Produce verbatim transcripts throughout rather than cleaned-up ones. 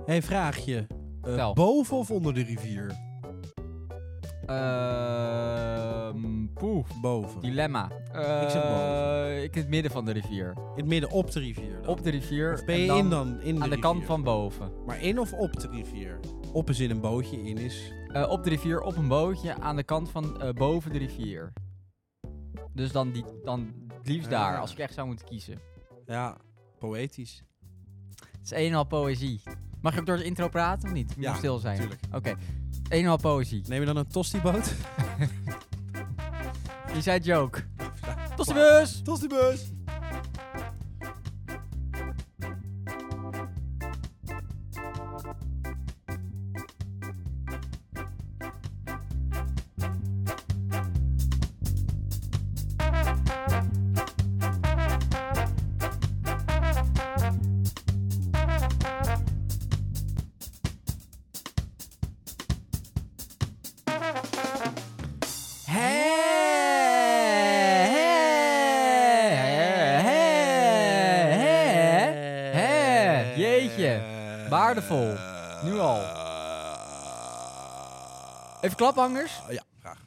Hey, vraagje. Uh, Tel. boven of onder de rivier? Ehm poeh. Boven. Dilemma. Uh, Ik zeg boven. Ik in het midden van de rivier. In het midden op de rivier dan? Op de rivier. Of ben je en dan in dan? In de aan de rivier? kant van boven. Maar in of op de rivier? Op is in een bootje, in is... Uh, op de rivier, op een bootje, aan de kant van uh, boven de rivier. Dus dan, die, dan het liefst Ja. daar, als ik echt zou moeten kiezen. Ja, poëtisch. Het is een en al poëzie. Mag je ook door de intro praten of niet? Moet je Ja, nog stil zijn? tuurlijk. Oké. Okay. een en al poëzie. Neem je dan een tostieboot? Je zei joke. Tot de bus! Tostiebus! Waardevol. Nu al. Even klaphangers? Uh, ja, graag.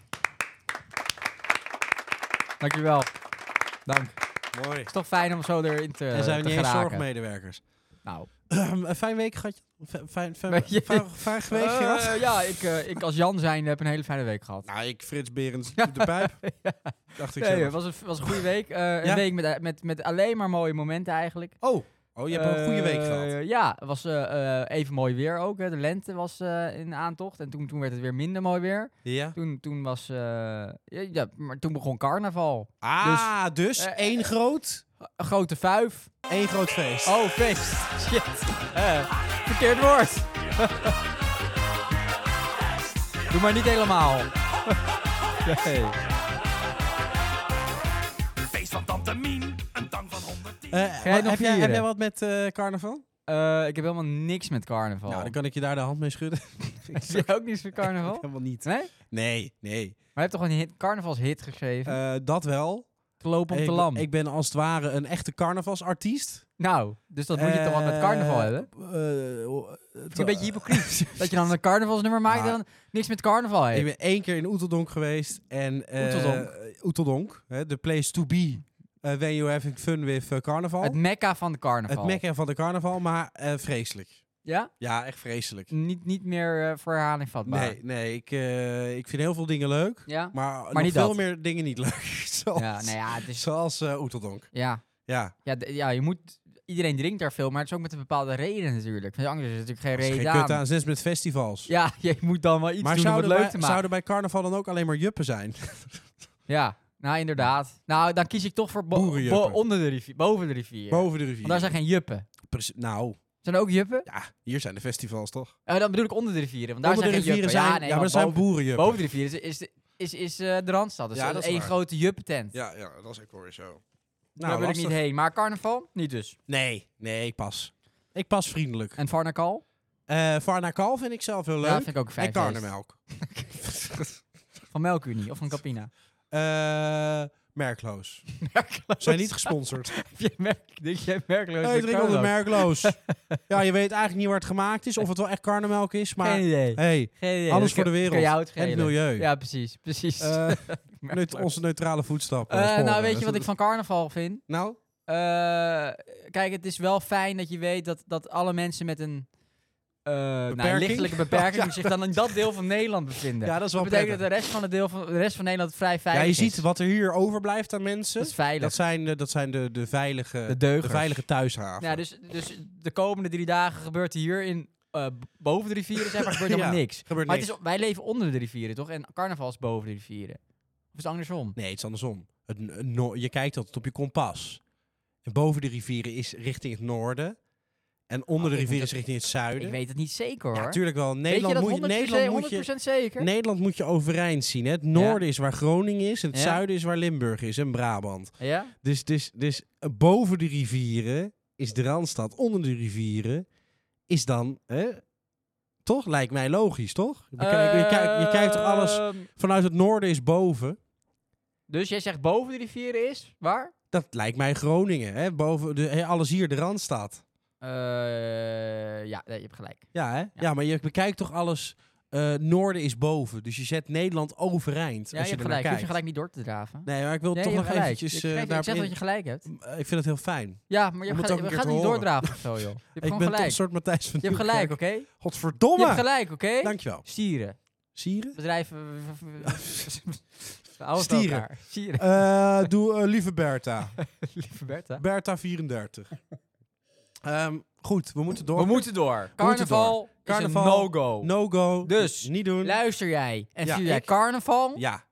Dankjewel. Dank. Mooi. Het is toch fijn om zo erin te En zijn we te niet eens geraken. zorgmedewerkers? Nou. Een fijn week gehad? Fijn, fijn, fijn, Weet je- fijn, fijn week Uh, gehad? ja, ik, uh, ik als Jan zijn heb een hele fijne week gehad. Nou, ik Frits Berends de pijp. Ja. Dacht ik Nee, zelf. het was een, was een goede week. Uh, een Ja? week met, met, met alleen maar mooie momenten eigenlijk. Oh, oh, je hebt een goede week Uh, gehad. Ja, het was uh, uh, even mooi weer ook. Hè. De lente was uh, in aantocht. En toen, toen werd het weer minder mooi weer. Ja. Toen, toen was... Uh, ja, ja, maar toen begon carnaval. Ah, dus, dus Uh, één groot, Een grote vuif. één groot feest. Oh, feest. Shit. Uh, verkeerd woord. Doe maar niet helemaal. Nee. Feest van Tante Mien, een tang van honderdtien. Uh, Ga jij wat- nog heb, jij, heb vieren? jij wat met uh, carnaval? Uh, ik heb helemaal niks met carnaval. Nou, dan kan ik je daar de hand mee schudden. Heb jij ook niks met carnaval? Helemaal niet. Nee? Nee, nee. Maar je hebt toch een hit, carnavalshit geschreven? Uh, dat wel. Te lopen op ik, de lam. Ik ben als het ware een echte carnavalsartiest. Nou, dus dat moet je toch wel met carnaval hebben? Uh, Het is een beetje hypocriet. Dat je dan een carnavalsnummer maakt en Ja. dan niks met carnaval heeft. Ik ben één keer in Oeteldonk geweest. En, uh, Oeteldonk. Oeteldonk. Hè, the place to be uh, when you're having fun with uh, carnaval. Het mekka van de carnaval. Het mekka van de carnaval, maar uh, vreselijk. Ja? Ja, echt vreselijk. Niet, niet meer uh, voor herhaling vatbaar. Nee, nee ik, uh, ik vind heel veel dingen leuk. Ja? Maar, nog niet veel dat. meer dingen niet leuk. zoals Ja, nou ja, het is... zoals uh, Oeteldonk. Ja. Ja. Ja, d- ja, je moet... Iedereen drinkt daar veel, maar het is ook met een bepaalde reden natuurlijk. Want anders is er natuurlijk geen Dat is reden geen aan. kut aan, net met festivals. Ja, je moet dan wel iets maar doen om het zouden, leuk bij, te maken. zouden bij carnaval dan ook alleen maar juppen zijn? Ja, nou inderdaad. Nou, dan kies ik toch voor bo- Boerenjuppen. bo- onder de rivier, boven de rivier. Boven de rivier. Want daar zijn geen juppen. Precie- nou, Zijn er ook juppen? ja, hier zijn de festivals toch? Uh, dan bedoel ik onder de rivieren, want daar Onder de zijn geen rivieren juppen. zijn, ja, nee, ja, maar er want zijn boven, boerenjuppen. boven de rivier is, is, is, is uh, de Randstad. Dus Ja, dat dat is is één waar. grote juppentent. Ja, ja, dat is ook weer zo. Daar Nou, wil ik lastig. niet heen. Maar carnaval? Niet dus. Nee, nee, ik pas. Ik pas vriendelijk. En Varnakal? Uh, Varnakal vind ik zelf heel leuk. Ja, vind ik ook fijn. en karnemelk. Van Melkunie of van Capina? Uh, merkloos. Merkloos. Zijn niet gesponsord. Heb jij merk, denk jij merkloos? Hey, ik met drink altijd carnaval? merkloos. Ja, je weet eigenlijk niet waar het gemaakt is. Of het wel echt karnemelk is. Maar Geen idee. hey, Geen idee. alles Dat voor de kan- wereld. kan jou het en het schelen. milieu. Ja, precies. precies. Uh, Merkloos. neut- onze neutrale voetstappen. Uh, sporen. nou, weet je wat ik van carnaval vind? Nou? Uh, kijk, het is wel fijn dat je weet dat, dat alle mensen met een uh, nou, Beperking? lichtelijke beperking Ja. zich dan in dat deel van Nederland bevinden. Ja, dat is wel dat betekent prettig. dat de rest van, het deel van, de rest van Nederland vrij Ja, veilig je is. ziet wat er hier overblijft aan mensen. Dat is veilig. Dat zijn, de, dat zijn de, de, veilige, De deugers. de veilige thuishaven. Ja, dus, dus de komende drie dagen gebeurt hier in uh, b- boven de rivieren, zeg maar, gebeurt Ja, helemaal niks. gebeurt maar niks. Het is, wij leven onder de rivieren, toch? En carnaval is boven de rivieren. Of is het andersom? Nee, het is andersom. Het, n- no- je kijkt altijd op je kompas. En boven de rivieren is richting het noorden. En onder Oh, de ik rivieren moet is richting het zuiden. Ik weet het niet zeker, hoor. Ja, natuurlijk wel. weet je Nederland dat moet je, honderd procent, Nederland moet honderd je, procent zeker? Nederland moet je overeind zien. Hè? Het noorden is waar Groningen is. En het Ja. zuiden is waar Limburg is. En Brabant. Ja? Dus, dus, dus uh, boven de rivieren is de Randstad. Onder de rivieren is dan... Hè? Toch? Lijkt mij logisch, toch? Je, bekijkt- je, kijkt, je kijkt toch alles... Ehm, Vanuit het noorden is boven. Dus jij zegt boven de rivieren is? Waar? Dat lijkt mij Groningen. Hè? Boven de, hè, alles hier de Randstad. Uh, ja, nee, je hebt gelijk. Ja, hè? Ja. ja, maar je bekijkt toch alles... Uh, noorden is boven, dus je zet Nederland overeind. Ja, als je je hebt gelijk. Je hoeft je kijkt. gelijk niet door te draven. Nee, maar ik wil nee, toch nog gelijk. eventjes... Je, Uh, krijg, ik zeg dat je gelijk hebt. Uh, ik vind het heel fijn. Ja, maar je, Om hebt het gelijk, ook je een gaat keer niet te doordraven of zo, joh. Je hebt ik gewoon ben gelijk. toch een soort Matthijs van Je hebt gelijk, oké? Okay? Godverdomme! Je hebt gelijk, oké? Okay? Dankjewel. Stieren. Sieren? Bedrijven... Stieren. Stieren. Uh, doe uh, lieve Bertha. Lieve Bertha? Bertha vierendertig. um, goed, we moeten door. We moeten door. Carnaval, moeten door. Carnaval is een no-go. No-go. Dus, niet doen. Luister jij en ja, vier jij ik... carnaval? Ja.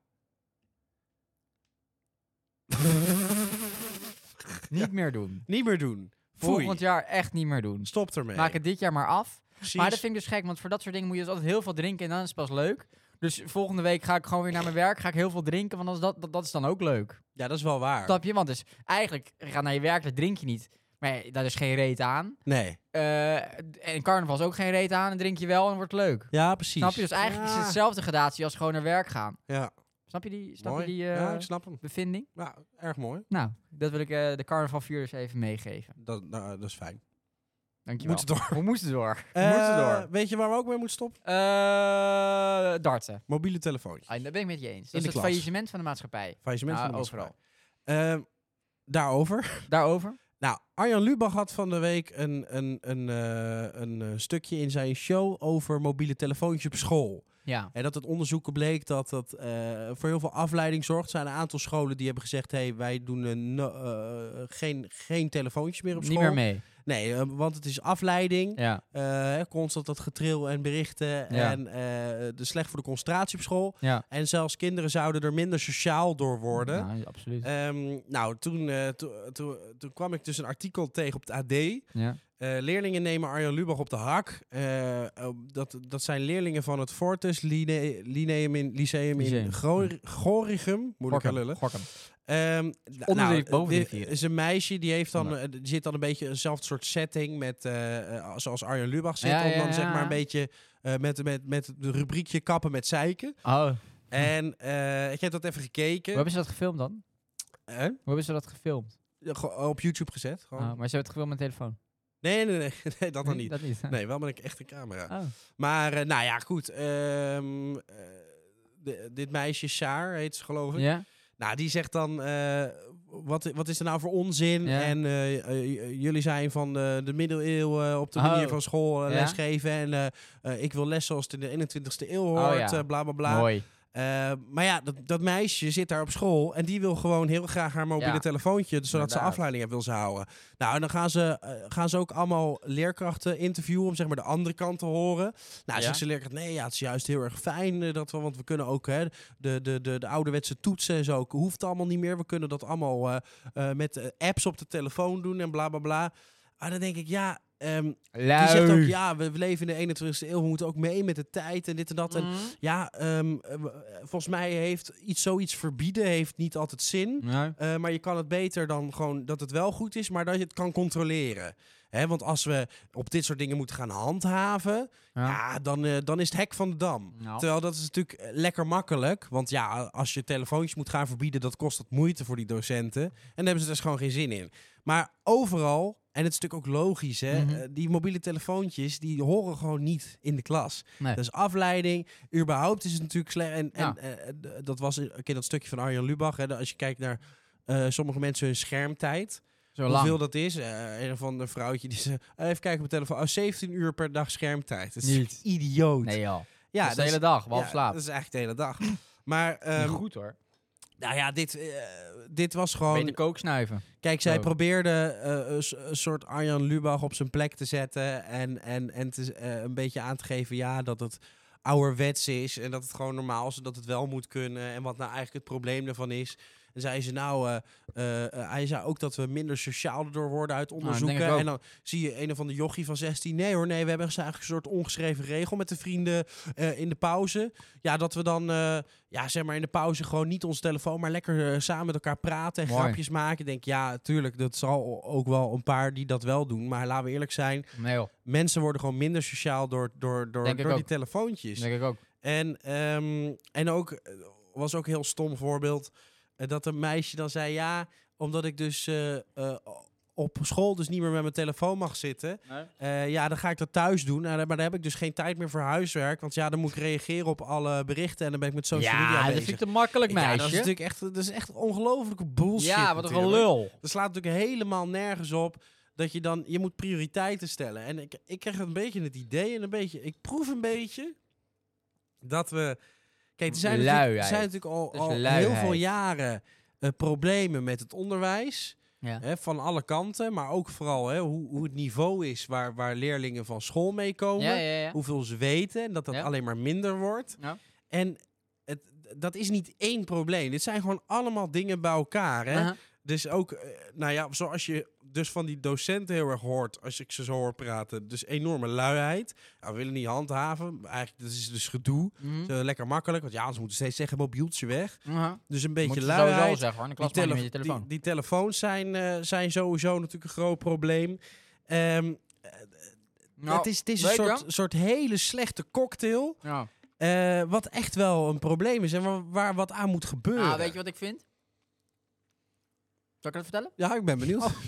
Niet ja. meer doen. Niet meer doen. Volgend Foei. jaar echt niet meer doen. Stop ermee. Maak het dit jaar maar af. Precies. Maar dat vind ik dus gek, want voor dat soort dingen moet je dus altijd heel veel drinken en dan is het pas leuk. Dus volgende week ga ik gewoon weer naar mijn werk, ga ik heel veel drinken, want als dat, dat, dat is dan ook leuk. Ja, dat is wel waar. Snap je? Want dus eigenlijk, je gaat naar je werk, dat drink je niet. Maar daar is geen reet aan. Nee. Uh, en carnaval is ook geen reet aan, en drink je wel en wordt het leuk. Ja, precies. Snap je? Dus eigenlijk ja. is het hetzelfde gradatie als gewoon naar werk gaan. Ja. Snap je die, snap mooi. je die uh, ja, ik snap hem. bevinding? Ja, erg mooi. Nou, dat wil ik uh, de carnavalvierders even meegeven. Dat, nou, dat is fijn. Dankjewel. Moeten door. We moeten door. We Uh, moeten door. Weet je waar we ook mee moeten stoppen? Uh, darten. Mobiele telefoontjes. Ah, daar ben ik met je eens. Dat In is de het klas. faillissement van de maatschappij. Faillissement Nou, van de overal. Uh, daarover. Daarover? Nou, Arjan Lubach had van de week een, een, een, uh, een uh, stukje in zijn show over mobiele telefoontjes op school. Ja. En dat het onderzoeken bleek dat dat uh, voor heel veel afleiding zorgt. Er zijn een aantal scholen die hebben gezegd... hey, wij doen uh, no, uh, geen, geen telefoontjes meer op school. Niet meer mee. Nee, uh, want het is afleiding. Ja. Uh, constant dat getril en berichten. Ja. En uh, de slecht voor de concentratie op school. Ja. En zelfs kinderen zouden er minder sociaal door worden. Ja, absoluut. Um, nou, toen, uh, to, to, toen kwam ik dus een artikel tegen op het A D. Ja. Uh, leerlingen nemen Arjan Lubach op de hak. Uh, uh, dat, dat zijn leerlingen van het Fortis Line, Lineum in, Lyceum Lyceum. in Gro Gorinchem. Moeilijk gaan lullen. Gorkum. Um, Onder nou, de, boven de vier. is een meisje die heeft dan, uh, die zit dan een beetje eenzelfde soort setting met uh, uh, zoals Arjan Lubach zit. Ja, om ja, dan ja. zeg maar een beetje uh, met, met, met de rubriekje kappen met zeiken. Oh. En uh, ik heb dat even gekeken. Hoe hebben ze dat gefilmd dan? Uh? Hoe hebben ze dat gefilmd? Op YouTube gezet. Gewoon. Oh, maar ze hebben het gefilmd met telefoon? Nee, nee, nee, nee, dat dan Nee, niet. Dat niet. Nee, wel met een echte camera. Oh. Maar, uh, nou ja, goed. Um, uh, de, dit meisje, Saar, heet ze geloof ik. Ja? Nou, die zegt dan, uh, wat, wat is er nou voor onzin? Ja. En uh, uh, jullie zijn van de, de middeleeuwen op de Oh. manier van school uh, Ja? lesgeven. En uh, uh, ik wil les zoals het in de eenentwintigste eeuw hoort, Oh, ja. uh, bla bla bla. Mooi. Uh, maar ja, dat, dat meisje zit daar op school en die wil gewoon heel graag haar mobiele Ja. telefoontje, zodat Inderdaad. ze afleiding heeft, wil ze houden. Nou, en dan gaan ze, uh, gaan ze ook allemaal leerkrachten interviewen om zeg maar de andere kant te horen. Nou, Ja. zegt ze leerkracht, nee, ja, het is juist heel erg fijn uh, dat we, want we kunnen ook hè, de, de, de, de ouderwetse toetsen en zo, hoeft allemaal niet meer. We kunnen dat allemaal uh, uh, met uh, apps op de telefoon doen en bla bla bla. Maar dan denk ik, ja. Um, die zegt ook, ja, we, we leven in de eenentwintigste eeuw, we moeten ook mee met de tijd en dit en dat. Mm. En ja, um, uh, volgens mij heeft iets, zoiets verbieden heeft niet altijd zin. Nee. Uh, maar je kan het beter dan gewoon dat het wel goed is, maar dat je het kan controleren. Hè, want als we op dit soort dingen moeten gaan handhaven, ja, ja dan, uh, dan is het hek van de dam. Nou. Terwijl dat is natuurlijk lekker makkelijk. Want ja, als je telefoontjes moet gaan verbieden, dat kost wat moeite voor die docenten. En daar hebben ze dus gewoon geen zin in. Maar overal, en het is natuurlijk ook logisch, hè, Mm-hmm. uh, die mobiele telefoontjes, die horen gewoon niet in de klas. Nee. Dat is afleiding. Überhaupt is het natuurlijk slecht. En, Ja. en uh, d- dat was een keer dat stukje van Arjan Lubach. Hè, als je kijkt naar uh, sommige mensen hun schermtijd. Zo Hoeveel lang. dat is. Uh, een van de vrouwtje die ze... Uh, even kijken op mijn telefoon. Oh, zeventien uur per dag schermtijd. Dat is Niet. idioot. Nee joh. Ja, dat is de hele dag, behalve ja, slaap. dat is eigenlijk de hele dag. Maar, um, goed hoor. nou ja, dit, uh, dit was gewoon... Beter kook snuiven. Kijk, zij Oh. probeerde uh, een, s- een soort Arjan Lubach op zijn plek te zetten. En, en, en te, uh, een beetje aan te geven, ja, dat het ouderwets is. En dat het gewoon normaal is, dat het wel moet kunnen. En wat nou eigenlijk het probleem ervan is. En zei ze nou, uh, uh, uh, hij zei ook dat we minder sociaal door worden uit onderzoeken. denk ik ook. En dan zie je een of andere jochie van zestien. Nee hoor, nee, we hebben eigenlijk een soort ongeschreven regel met de vrienden uh, in de pauze. Ja, dat we dan, uh, ja, zeg maar in de pauze gewoon niet onze telefoon, maar lekker uh, samen met elkaar praten en Mooi. grapjes maken. Ik denk, ja, tuurlijk, dat zal ook wel een paar die dat wel doen. Maar laten we eerlijk zijn, Nee joh. mensen worden gewoon minder sociaal door, door, door, Denk ik door die ook. telefoontjes. Denk ik ook. En, um, en ook, uh, was ook een heel stom voorbeeld, uh, dat een meisje dan zei, ja, omdat ik dus uh, uh, op school dus niet meer met mijn telefoon mag zitten. Nee. Uh, ja, dan ga ik dat thuis doen. Uh, maar dan heb ik dus geen tijd meer voor huiswerk. Want ja, dan moet ik reageren op alle berichten. En dan ben ik met social media Ja, bezig. dat vind ik te makkelijk, meisje. Ja, dat is natuurlijk echt, dat is echt ongelofelijke bullshit. Ja, wat een natuurlijk. gelul. Dat slaat natuurlijk helemaal nergens op. Dat je dan, je moet prioriteiten stellen. En ik, ik krijg een beetje het idee en een beetje, ik proef een beetje dat we... Kijk, er zijn natuurlijk, er zijn natuurlijk al, al heel veel jaren uh, problemen met het onderwijs. Ja. Hè, van alle kanten, maar ook vooral hè, hoe, hoe het niveau is waar, waar leerlingen van school meekomen. Ja, ja, ja. Hoeveel ze weten en dat dat Ja. alleen maar minder wordt. Ja. En het, dat is niet één probleem. Dit zijn gewoon allemaal dingen bij elkaar. Hè? Uh-huh. Dus ook, uh, nou ja, zoals je dus van die docenten heel erg hoort, als ik ze zo hoor praten, dus enorme luiheid. Nou, we willen niet handhaven. Eigenlijk, dat is dus gedoe. Mm-hmm. Zo lekker makkelijk, want ja, ze moeten steeds zeggen, mobieltje weg. Uh-huh. Dus een beetje Moet je luiheid. sowieso zeggen, hoor. In de klas Die, mag je tele- met je telefoon. die, die telefoons zijn, uh, zijn sowieso natuurlijk een groot probleem. Um, Nou, het is, het is een weet je? soort, soort hele slechte cocktail, Ja. uh, wat echt wel een probleem is en waar, waar wat aan moet gebeuren. Ah, weet je wat ik vind? Zal ik dat vertellen? Ja, ik ben benieuwd. Oh.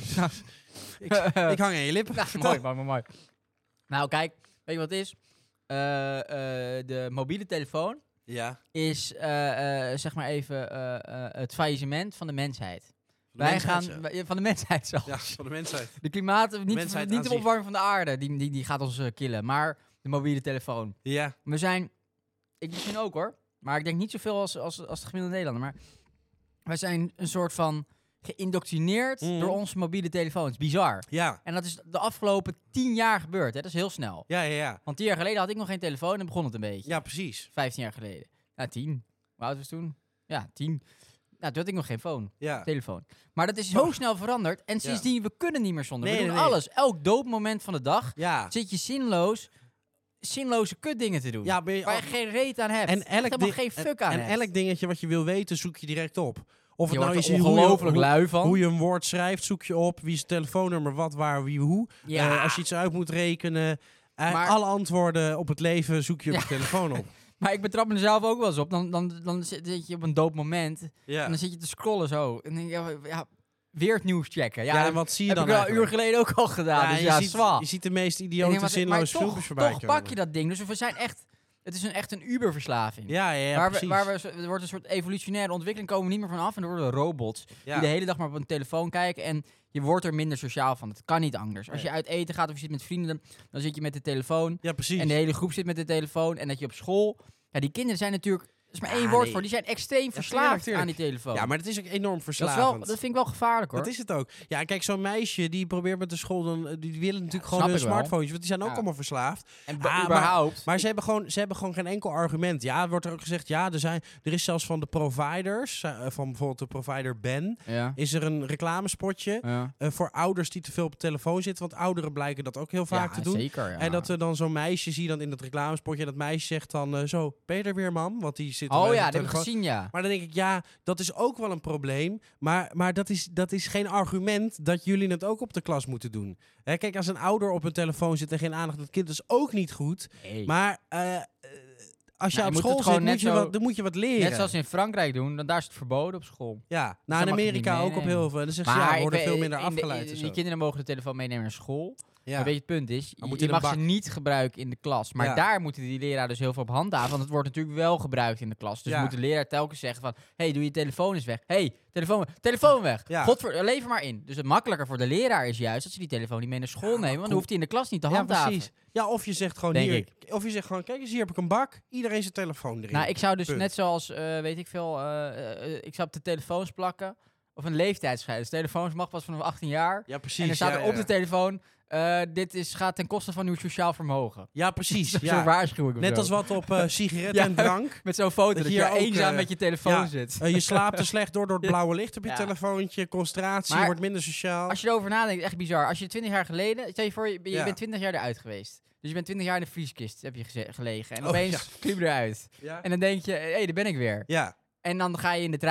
ik, ik hang aan je lippen. Nou, mooi, mooi, mooi, mooi. Nou, kijk, weet je wat het is? Uh, uh, de mobiele telefoon Ja. is, uh, uh, zeg maar even, uh, uh, het faillissement van de mensheid. De Wij mensheid, gaan, ja. wij- van de mensheid zelfs. Ja, van de mensheid. De klimaat, niet, Mensheid niet aan de zich. opwarming van de aarde, die, die, die gaat ons uh, killen. Maar de mobiele telefoon. Ja. We zijn, ik misschien ook hoor, maar ik denk niet zoveel als, als, als de gemiddelde Nederlander. Maar wij zijn een soort van geïndoctrineerd Mhm. door onze mobiele telefoons. Bizar. Ja. En dat is de afgelopen tien jaar gebeurd. Hè? Dat is heel snel. Ja, ja, ja. Want tien jaar geleden had ik nog geen telefoon en begon het een beetje. Ja, precies. Vijftien jaar geleden. Ja, tien. Hoe oud was het toen? Ja, tien. Nou, toen had ik nog geen phone. Ja. Telefoon. Maar dat is zo Oh. snel veranderd. En sindsdien, we kunnen niet meer zonder. Nee, we doen nee, nee. alles. Elk doodmoment van de dag Ja. zit je zinloos, zinloze kutdingen te doen. Ja, ben je waar je al- geen reet aan hebt. En Echt elk, helemaal ding, geen fuck en, aan en hebt. elk dingetje wat je wil weten, zoek je direct op. Of je het nou wordt is er hoe je- ongelooflijk hoe, lui van. hoe je een woord schrijft, zoek je op. Wie is het telefoonnummer, wat, waar, wie, hoe. Ja. Uh, als je iets uit moet rekenen. Uh, Maar- alle antwoorden op het leven zoek je op Ja. je telefoon op. Maar ik betrap me er zelf ook wel eens op. Dan, dan, dan zit zit je op een dood moment. Ja. En dan zit je te scrollen zo. En dan denk je, ja, ja, weer het nieuws checken. Ja, Ja, en dat wat zie je heb dan ik wel een uur eigenlijk? geleden ook al gedaan. dus je, ja, ziet, zwaar. je ziet de meest Ik idiote, denk, wat- zinloze maar filmpjes toch, voorbij toch komen. pak je dat ding. Dus we zijn echt... Het is een, echt een Uber-verslaving. Ja, ja, ja waar we, precies. waar we, zo- er wordt een soort evolutionaire ontwikkeling, komen we niet meer vanaf. En er worden robots ja. die de hele dag maar op een telefoon kijken. En je wordt er minder sociaal van. Het kan niet anders. Als Nee. je uit eten gaat of je zit met vrienden, dan zit je met de telefoon. ja, precies. En de hele groep zit met de telefoon. En dat je op school... Ja, die kinderen zijn natuurlijk... Er is maar één Ja, woord nee. voor. Die zijn extreem tuurlijk, verslaafd tuurlijk. aan die telefoon. Ja, maar dat is ook enorm dat, is verslavend. wel, dat vind ik wel gevaarlijk hoor. Dat is het ook. Ja, kijk, zo'n meisje die probeert met de school dan, die willen natuurlijk snap gewoon hun ik wel. smartphones, want die zijn ook Ja. allemaal verslaafd. En Ah, b- maar- überhaupt... Maar ze hebben gewoon, ze hebben gewoon geen enkel argument. Ja, er wordt er ook gezegd, ja, er zijn, er is zelfs van de providers, uh, van bijvoorbeeld de provider Ben, ja. is er een reclamespotje Ja. uh, voor ouders die te veel op de telefoon zitten, want ouderen blijken dat ook heel vaak Ja, te doen. zeker. Ja. En dat er dan zo'n meisje zie je dan in het reclamespotje en dat meisje zegt dan uh, zo, ben je er weer, mam? Want die zit Oh bij ja, de dat heb ik telefoon. gezien, ja. Maar dan denk ik, ja, dat is ook wel een probleem. Maar, maar dat, is, dat is geen argument dat jullie het ook op de klas moeten doen. Hè, kijk, als een ouder op een telefoon zit en geen aandacht aan het kind, is ook niet goed. Nee. Maar uh, als je Nou, je op moet school het gewoon zit, net moet je, zo- wat, dan moet je wat leren. Net zoals ze in Frankrijk doen, dan daar is het verboden op school. Ja, nou in mag je Amerika niet ook op meenemen. heel veel. Dan zeggen ze, ja, ik we worden weet- veel minder in de- afgeleid. in- en die zo. kinderen mogen de telefoon meenemen naar school. Ja. Maar weet je, het punt is, Dan je, moet je in een mag ze bak. niet gebruiken in de klas. Maar Ja. daar moeten die leraar dus heel veel op handhaven. Want het wordt natuurlijk wel gebruikt in de klas. Dus Ja. moet de leraar telkens zeggen van... Hé, hey, doe je telefoon eens weg. Hé, hey, telefoon, telefoon weg. Ja. Godver, lever maar in. Dus het makkelijker voor de leraar is juist... dat ze die telefoon niet mee naar school Ja, maar nemen. Want kom- dan hoeft hij in de klas niet te Ja, handhaven. precies. Ja, of je zegt gewoon Denk hier, ik. of je zegt gewoon, kijk eens, hier heb ik een bak. Iedereen zijn telefoon erin. Nou, ik zou dus Punt. net zoals, eh, weet ik veel... eh, eh, ik zou op de telefoons plakken... Of een leeftijdsgrens. Telefoons mag pas vanaf achttien jaar. ja, precies. En er staat ja, er op ja. de telefoon... eh, dit is, gaat ten koste van uw sociaal vermogen. Ja, precies. Zo'n ja. waarschuwing of Net zo. als wat op uh, sigaretten Ja. en drank. Met zo'n foto Dat dat, je je hier ook, eenzaam eh, met je telefoon ja. zit. Uh, je slaapt er slecht door door het blauwe licht op je Ja. telefoontje. Concentratie, je Maar wordt minder sociaal. Als je erover nadenkt, echt bizar. Als je twintig jaar geleden... Stel je voor, je, je Ja. bent twintig jaar eruit geweest. Dus je bent twintig jaar in de vrieskist heb je geze- gelegen. En Oh, opeens ja. klim je eruit. ja. En dan denk je, hé, hey, daar ben ik weer. ja. En dan ga je in de trein.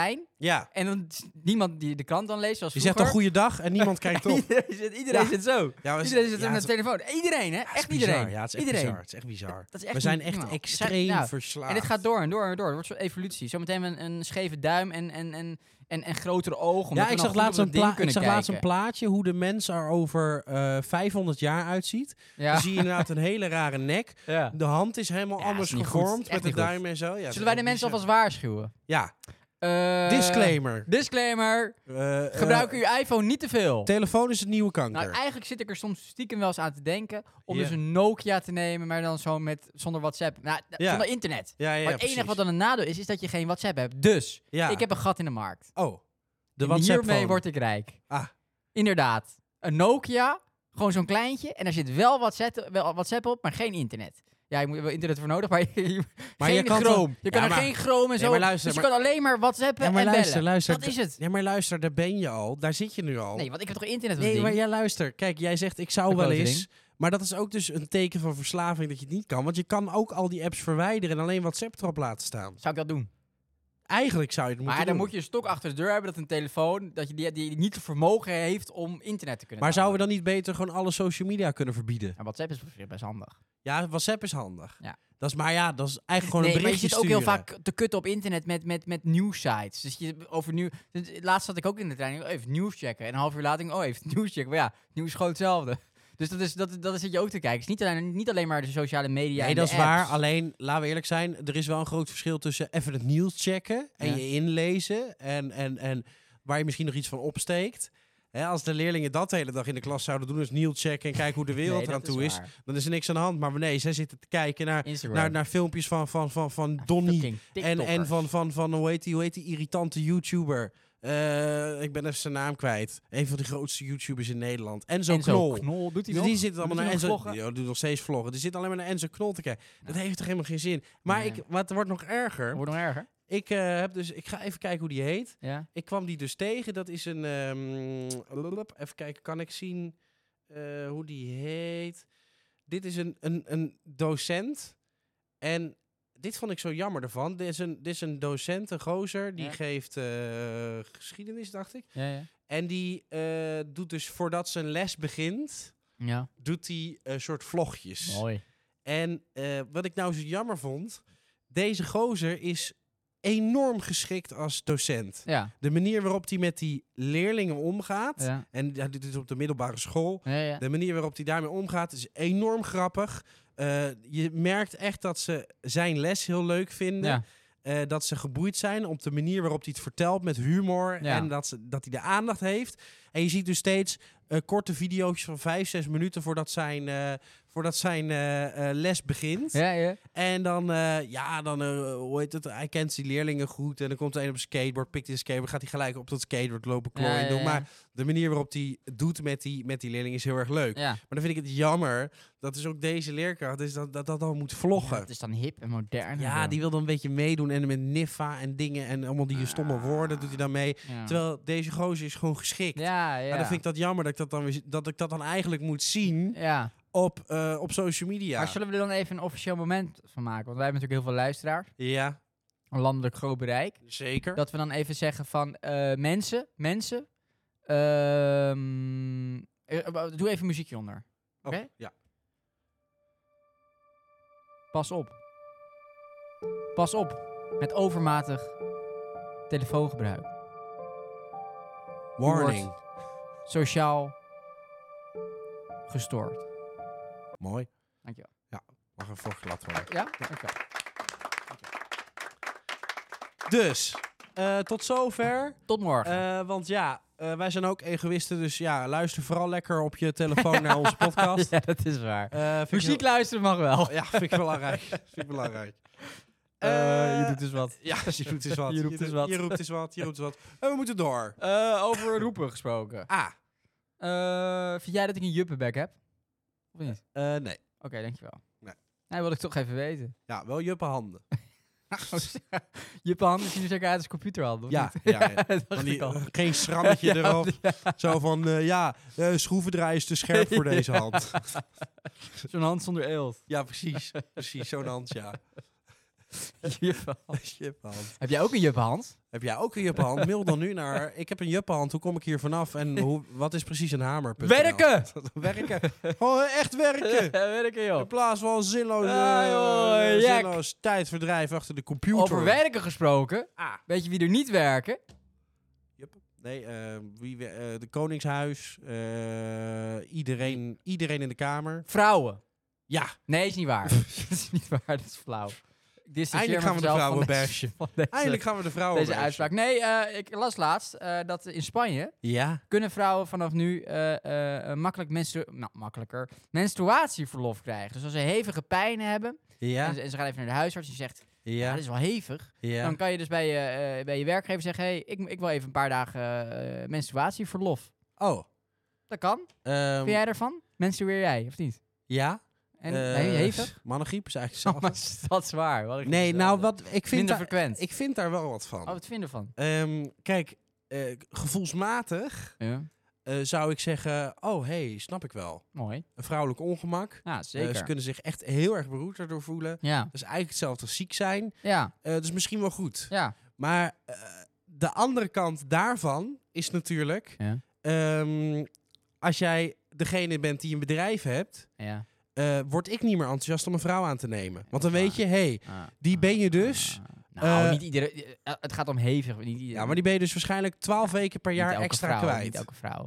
Ja. En dan is niemand die de krant dan leest, zoals Je zegt vroeger. een goede dag en niemand kijkt op. iedereen zit, iedereen Ja. zit zo. Ja, we- Iedereen zit ja, met het- zijn telefoon. Iedereen, hè? Ja, het is Echt bizar. iedereen. Ja, het is echt iedereen. bizar. Het is echt bizar. Dat is echt we zijn niet echt normaal. extreem Ja. verslaafd. En dit gaat door en door en door. Het wordt zo'n evolutie. Zometeen een, een scheve duim en, en, en, en, en grotere ogen. omdat Ja, we ik nog zag, goed laatst op een, dat ding pla- ik kunnen zag laatst een kijken. plaatje hoe de mens er over eh vijfhonderd jaar uitziet. Ja. Dan zie je inderdaad een hele rare nek. Ja. De hand is helemaal Ja, anders is niet goed. gevormd Echt met de niet goed. duim en zo. Ja, Zullen dat wij is de mensen bizar. alvast waarschuwen? Ja, Eh, disclaimer. Disclaimer. Eh, Gebruik eh, uw iPhone niet te veel. Telefoon is het nieuwe kanker. Nou, eigenlijk zit ik er soms stiekem wel eens aan te denken om Ja. dus een Nokia te nemen, maar dan zo met zonder WhatsApp. Nou, d- Ja. zonder internet. ja, ja, maar het enige precies. wat dan een nadeel is, is dat je geen WhatsApp hebt. Dus, Ja. ik heb een gat in de markt. Oh, de En WhatsApp hiermee word ik rijk. Ah. Inderdaad. Een Nokia, gewoon zo'n kleintje, en daar zit wel WhatsApp, wel WhatsApp op, maar geen internet. Ja, je moet wel internet voor nodig, maar, je, Maar geen je kan Chrome. toch- Je Ja, kan er maar- geen Chrome en Nee, zo. maar luister, dus je maar- kan alleen maar WhatsAppen Ja, maar en luister, bellen. luister. Dat is het. Ja, maar luister, daar ben je al. Daar zit je nu al. Nee, want ik heb toch internet op Nee, het maar ding? jij luister. Kijk, jij zegt ik zou Dat wel grote eens. ding. Maar dat is ook dus een teken van verslaving dat je het niet kan. Want je kan ook al die apps verwijderen en alleen WhatsApp erop laten staan. Zou ik dat doen? Eigenlijk zou je het moeten Maar dan doen. moet je een stok achter de deur hebben dat een telefoon, dat je die, die niet het vermogen heeft om internet te kunnen Maar zouden we downloaden. dan niet beter gewoon alle social media kunnen verbieden? Ja, WhatsApp is best handig. Ja, WhatsApp is handig. Ja. Dat is, maar ja, dat is eigenlijk gewoon Nee, een maar je berichtje zit ook heel sturen. vaak te kutten op internet met, met, met nieuwssites. Dus je over nieuw. dus laatst zat ik ook in de trein. Oh, even nieuws checken. En een half uur later, denk ik, oh, even nieuws checken. Maar ja, nieuws is gewoon hetzelfde. Dus dat is, dat, dat zit je ook te kijken. Het is niet alleen, niet alleen maar de sociale media. Nee, en dat de is waar. apps. Alleen, laten we eerlijk zijn, er is wel een groot verschil tussen even het nieuws checken en Ja. je inlezen en, en, en waar je misschien nog iets van opsteekt. Hè, als de leerlingen dat de hele dag in de klas zouden doen, dus nieuws checken en kijken hoe de wereld Nee, eraan dat is toe is, waar. dan is er niks aan de hand. Maar nee, zij zitten te kijken naar, Instagram. naar, naar filmpjes van, van, van, van Donnie Fucking en, en TikTokkers. van, van, van hoe, heet die, hoe heet die irritante YouTuber. Eh, ik ben even zijn naam kwijt. Een van de grootste YouTubers in Nederland. Enzo, Enzo Knol. Knol. Doet hij Dus nog? die zitten allemaal Doet naar hij nog Enzo. vloggen? Ja, doet nog steeds vloggen. Die zitten alleen maar naar Enzo Knol te kijken. Dat heeft toch helemaal geen zin. Maar Nee. ik, wat wordt nog erger. Wordt nog erger. Ik eh, heb dus, ik ga even kijken hoe die heet. Ja. Ik kwam die dus tegen. Dat is een. ehm, lullup. even kijken, kan ik zien eh, hoe die heet? Dit is een, een, een docent. En dit vond ik zo jammer ervan. Dit is een, dit is een docent, een gozer. Die Ja. geeft eh, geschiedenis, dacht ik. Ja, ja. En die eh, doet dus voordat zijn les begint, Ja. doet hij een soort vlogjes. Mooi. En eh, wat ik nou zo jammer vond, deze gozer is enorm geschikt als docent. Ja. De manier waarop hij met die leerlingen omgaat, Ja. en ja, dit is op de middelbare school, Ja, ja. de manier waarop hij daarmee omgaat is enorm grappig. Eh, je merkt echt dat ze zijn les heel leuk vinden. Ja. Eh, dat ze geboeid zijn op de manier waarop hij het vertelt met humor. Ja. En dat, ze, dat hij de aandacht heeft. En je ziet dus steeds eh, korte video's van vijf, zes minuten voordat zijn, eh, voordat zijn eh, eh, les begint. Ja, ja. En dan, eh, ja, dan, eh, hoe heet het? Hij kent die leerlingen goed. En dan komt er een op een skateboard, pikt hij een skateboard, gaat hij gelijk op dat skateboard lopen klooien Ja, ja, doen. ja. Maar de manier waarop hij het doet met die, met die leerlingen is heel erg leuk. Ja. Maar dan vind ik het jammer dat dus ook deze leerkracht is dat dat, dat dan moet Ja, vloggen. het is dan hip en modern. Ja, en die wil dan een beetje meedoen en met Niffa en dingen en allemaal die stomme woorden doet hij dan mee. zo. Ja. Terwijl deze gozer is gewoon geschikt. Ja, ja. Maar dan vind ik dat jammer dat ik dat dan, weer, dat ik dat dan eigenlijk moet zien Ja. op, eh, op social media. Maar zullen we er dan even een officieel moment van maken? Want wij hebben natuurlijk heel veel luisteraars. Ja, Een landelijk groot bereik. zeker. Dat we dan even zeggen van eh, mensen, mensen. ehm, eh, doe even muziekje onder. Oh, oké? ja. Pas op. Pas op met overmatig telefoongebruik. Warning. Sociaal gestoord. Mooi. Dankjewel. Mag even voorgelaten worden. Ja? Dankjewel. Dus, eh, tot zover. Tot morgen. Eh, want ja, eh, wij zijn ook egoïsten. Dus ja, luister vooral lekker op je telefoon naar onze podcast. ja, dat is waar. Eh, vind ik Muziek heel- luisteren mag wel. Ja, vind ik belangrijk. vind ik belangrijk. Eh, Eh, je doet dus wat. Ja, je roept eens wat. Je roept eens wat. Je roept eens wat. Je roept eens wat. En we moeten door. Eh, over roepen gesproken. Ah, Eh, vind jij dat ik een juppenbek heb? Of niet? eh, nee. Oké, dankjewel. Nee. Nee, wil ik toch even weten. Ja, wel juppe handen. Juppenhanden zien er zeker uit als computerhanden, of Ja, niet? ja, ja. dat dacht Van die, ik al. eh, geen schrammetje Ja, erop. ja. Zo van, eh, ja, eh schroevendraai is te scherp voor deze hand. Zo'n hand zonder eelt. Ja, precies. Precies, zo'n hand, ja. Juppenhand. Juppenhand. Heb jij ook een juppenhand? Heb jij ook een juppenhand? Mail dan nu naar... Ik heb een juppenhand, hoe kom ik hier vanaf? En hoe, wat is precies een hamer? Werken! Werken! Gewoon echt werken! Werken, joh. In plaats van zinloos, Ah, joh, uh, jak. zinloos tijdverdrijf achter de computer. Over werken gesproken. Ah. Weet je wie er niet werken? Yep. Nee, uh, wie, we- uh, de Koningshuis. Uh, iedereen, iedereen in de Kamer. Vrouwen. Ja, Nee, is niet waar. dat is niet waar, dat is flauw. Ik distancieer eindelijk gaan we de mezelf vrouwen van deze- bashen. van deze- Eindelijk gaan we de vrouwen Deze bashen. uitspraak. Nee, uh, ik las laatst uh, dat in Spanje Ja. kunnen vrouwen vanaf nu uh, uh, makkelijk menstru nou, makkelijker menstruatieverlof krijgen. Dus als ze hevige pijnen hebben Ja. en, ze- en ze gaan even naar de huisarts en zegt, ja, Ja. dat is wel hevig. Ja. Dan kan je dus bij je, uh, bij je werkgever zeggen, hey, ik, ik wil even een paar dagen uh, menstruatieverlof. Oh. Dat kan. Um, Vind jij ervan? Menstrueer jij, of niet? Ja. En Uh, nee, hevig? Mannengriep is eigenlijk Oh, hetzelfde. maar is dat zwaar? Wat ik Nee, vind, nou uh, wat ik vind, minder daar, frequent. ik vind daar wel wat van. Oh, wat vind je ervan? Ehm, kijk, uh, gevoelsmatig Ja, uh, zou ik zeggen, oh hey, snap ik wel. mooi. Een vrouwelijk ongemak. Ja, Uh, zeker. ze kunnen zich echt heel erg beroerd daardoor voelen. Ja, Dat is eigenlijk hetzelfde als ziek zijn. ja, Uh, dus misschien wel goed. ja. Maar uh, de andere kant daarvan is natuurlijk... Ja. Um, als jij degene bent die een bedrijf hebt... Ja. Uh, word ik niet meer enthousiast om een vrouw aan te nemen. Want dan waar. weet je, hé, hey, Ah, die ah, ben je dus... ah. Nou, Uh, niet iedereen. uh, Het gaat om hevig. Niet iedereen. Ja, maar die ben je dus waarschijnlijk twaalf weken per Niet jaar elke extra vrouw, kwijt. Niet elke vrouw.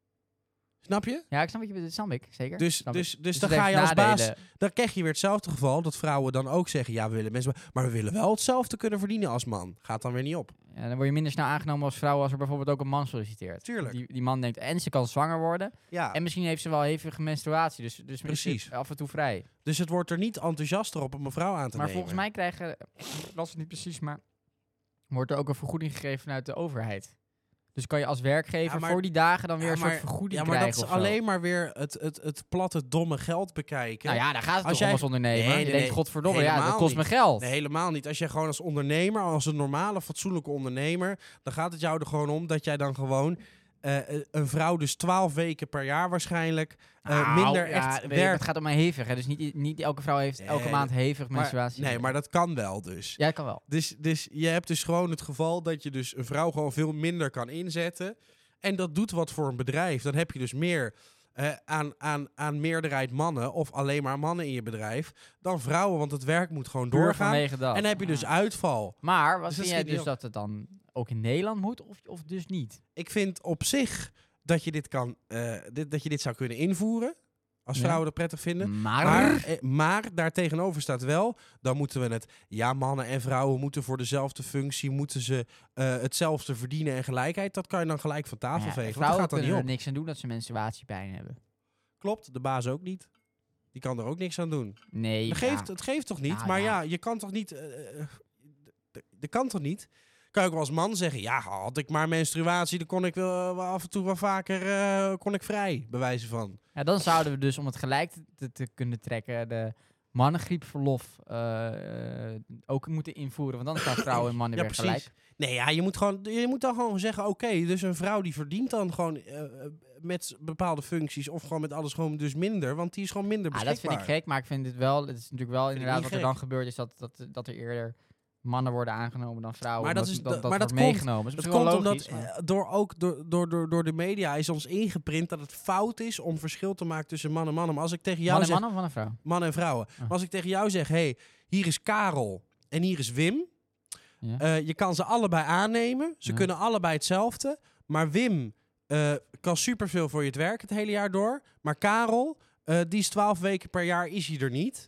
Snap je? Ja, ik snap wat je bedoelt. Snap ik, zeker. Dus, Snap dus, ik. dus, Dus dan het ga je heeft als baas... nadelen. Dan krijg je weer hetzelfde geval dat vrouwen dan ook zeggen... Ja, we willen mensen... Maar we willen wel hetzelfde kunnen verdienen als man. Gaat dan weer niet op. Ja, dan word je minder snel aangenomen als vrouw als er bijvoorbeeld ook een man solliciteert. Tuurlijk. Die, die man denkt, en ze kan zwanger worden. Ja, En misschien heeft ze wel hevige menstruatie. Dus, dus Precies. is het af en toe vrij. dus het wordt er niet enthousiaster op om een vrouw aan te Maar nemen. volgens mij krijgen... Ik las het niet precies, maar... Wordt er ook een vergoeding gegeven vanuit de overheid. Dus kan je als werkgever Ja, maar- voor die dagen dan weer Ja, een maar- soort vergoeding Ja, maar dat krijgen is of zo. alleen maar weer het, het, het platte, domme geld bekijken. Nou ja, daar gaat het Als toch om jij- als ondernemer. Nee, je nee, denkt, nee. godverdomme, ja, dat Helemaal kost me niet. geld. Nee, helemaal niet. Als jij gewoon als ondernemer, als een normale, fatsoenlijke ondernemer... dan gaat het jou er gewoon om dat jij dan gewoon... Uh, een vrouw dus twaalf weken per jaar waarschijnlijk uh, Nou, minder ja, echt weet je, werkt. Het gaat om een hevig, hè. Dus niet, niet elke vrouw heeft Nee, elke maand hevig Maar- menstruatie. nee, maar dat kan wel dus. Ja, dat kan wel. Dus, dus je hebt dus gewoon het geval dat je dus een vrouw gewoon veel minder kan inzetten. En dat doet wat voor een bedrijf. Dan heb je dus meer uh, aan, aan, aan meerderheid mannen of alleen maar mannen in je bedrijf dan vrouwen. Want het werk moet gewoon Puur doorgaan. vanwege dat. En dan heb je dus Ja. uitval. Maar wat Dus dat vind jij schiet niet dus op. dat het dan ook in Nederland moet of, of dus niet? Ik vind op zich dat je dit, kan, uh, dit, dat je dit zou kunnen invoeren. Als Ja. vrouwen dat prettig vinden. Maar... Maar, eh, maar daar tegenover staat wel, dan moeten we het... Ja, mannen en vrouwen moeten voor dezelfde functie... moeten ze uh, hetzelfde verdienen en gelijkheid. Dat kan je dan gelijk van tafel ja, vegen. Want dat vrouwen gaat dan niet kunnen op. er niks aan doen dat ze menstruatiepijn hebben. Klopt, de baas ook niet. Die kan er ook niks aan doen. Nee, Dat ja. geeft, het geeft toch niet? Nou, maar ja. ja, je kan toch niet... Uh, uh, dat kan toch niet? Kan je ook wel als man zeggen... Ja, had ik maar menstruatie... dan kon ik wel, wel af en toe wel vaker... Uh, kon ik vrij, bij wijze van. Ja, dan zouden we dus, om het gelijk te, te kunnen trekken... de mannengriepverlof uh, ook moeten invoeren. Want dan staan vrouwen en mannen Ja, weer precies. gelijk. Nee, ja, je moet, gewoon, je moet dan gewoon zeggen... Oké, dus een vrouw die verdient dan gewoon... Uh, met bepaalde functies... of gewoon met alles gewoon dus minder... want die is gewoon minder Ah, beschikbaar. dat vind ik gek, maar ik vind het wel... Het is natuurlijk wel ik inderdaad niet wat er gek. dan gebeurt... is dat, dat, dat er eerder mannen worden aangenomen dan vrouwen. Maar dat omdat- is- dat, dat- dat maar wordt dat komt- meegenomen. Dat is Dat misschien komt wel omdat logisch, maar- eh, door, ook door, door, door, door de media is ons ingeprint... dat het fout is om verschil te maken tussen man en mannen. Maar als ik tegen jou Man en zeg... man of man en vrouw? Man en vrouwen. Ah. Maar als ik tegen jou zeg... hey, hier is Karel en hier is Wim... Ja. Uh, je kan ze allebei aannemen. Ze Ja. kunnen allebei hetzelfde. Maar Wim uh, kan superveel voor je het werk het hele jaar door. Maar Karel, uh, die is twaalf weken per jaar, is hij er niet.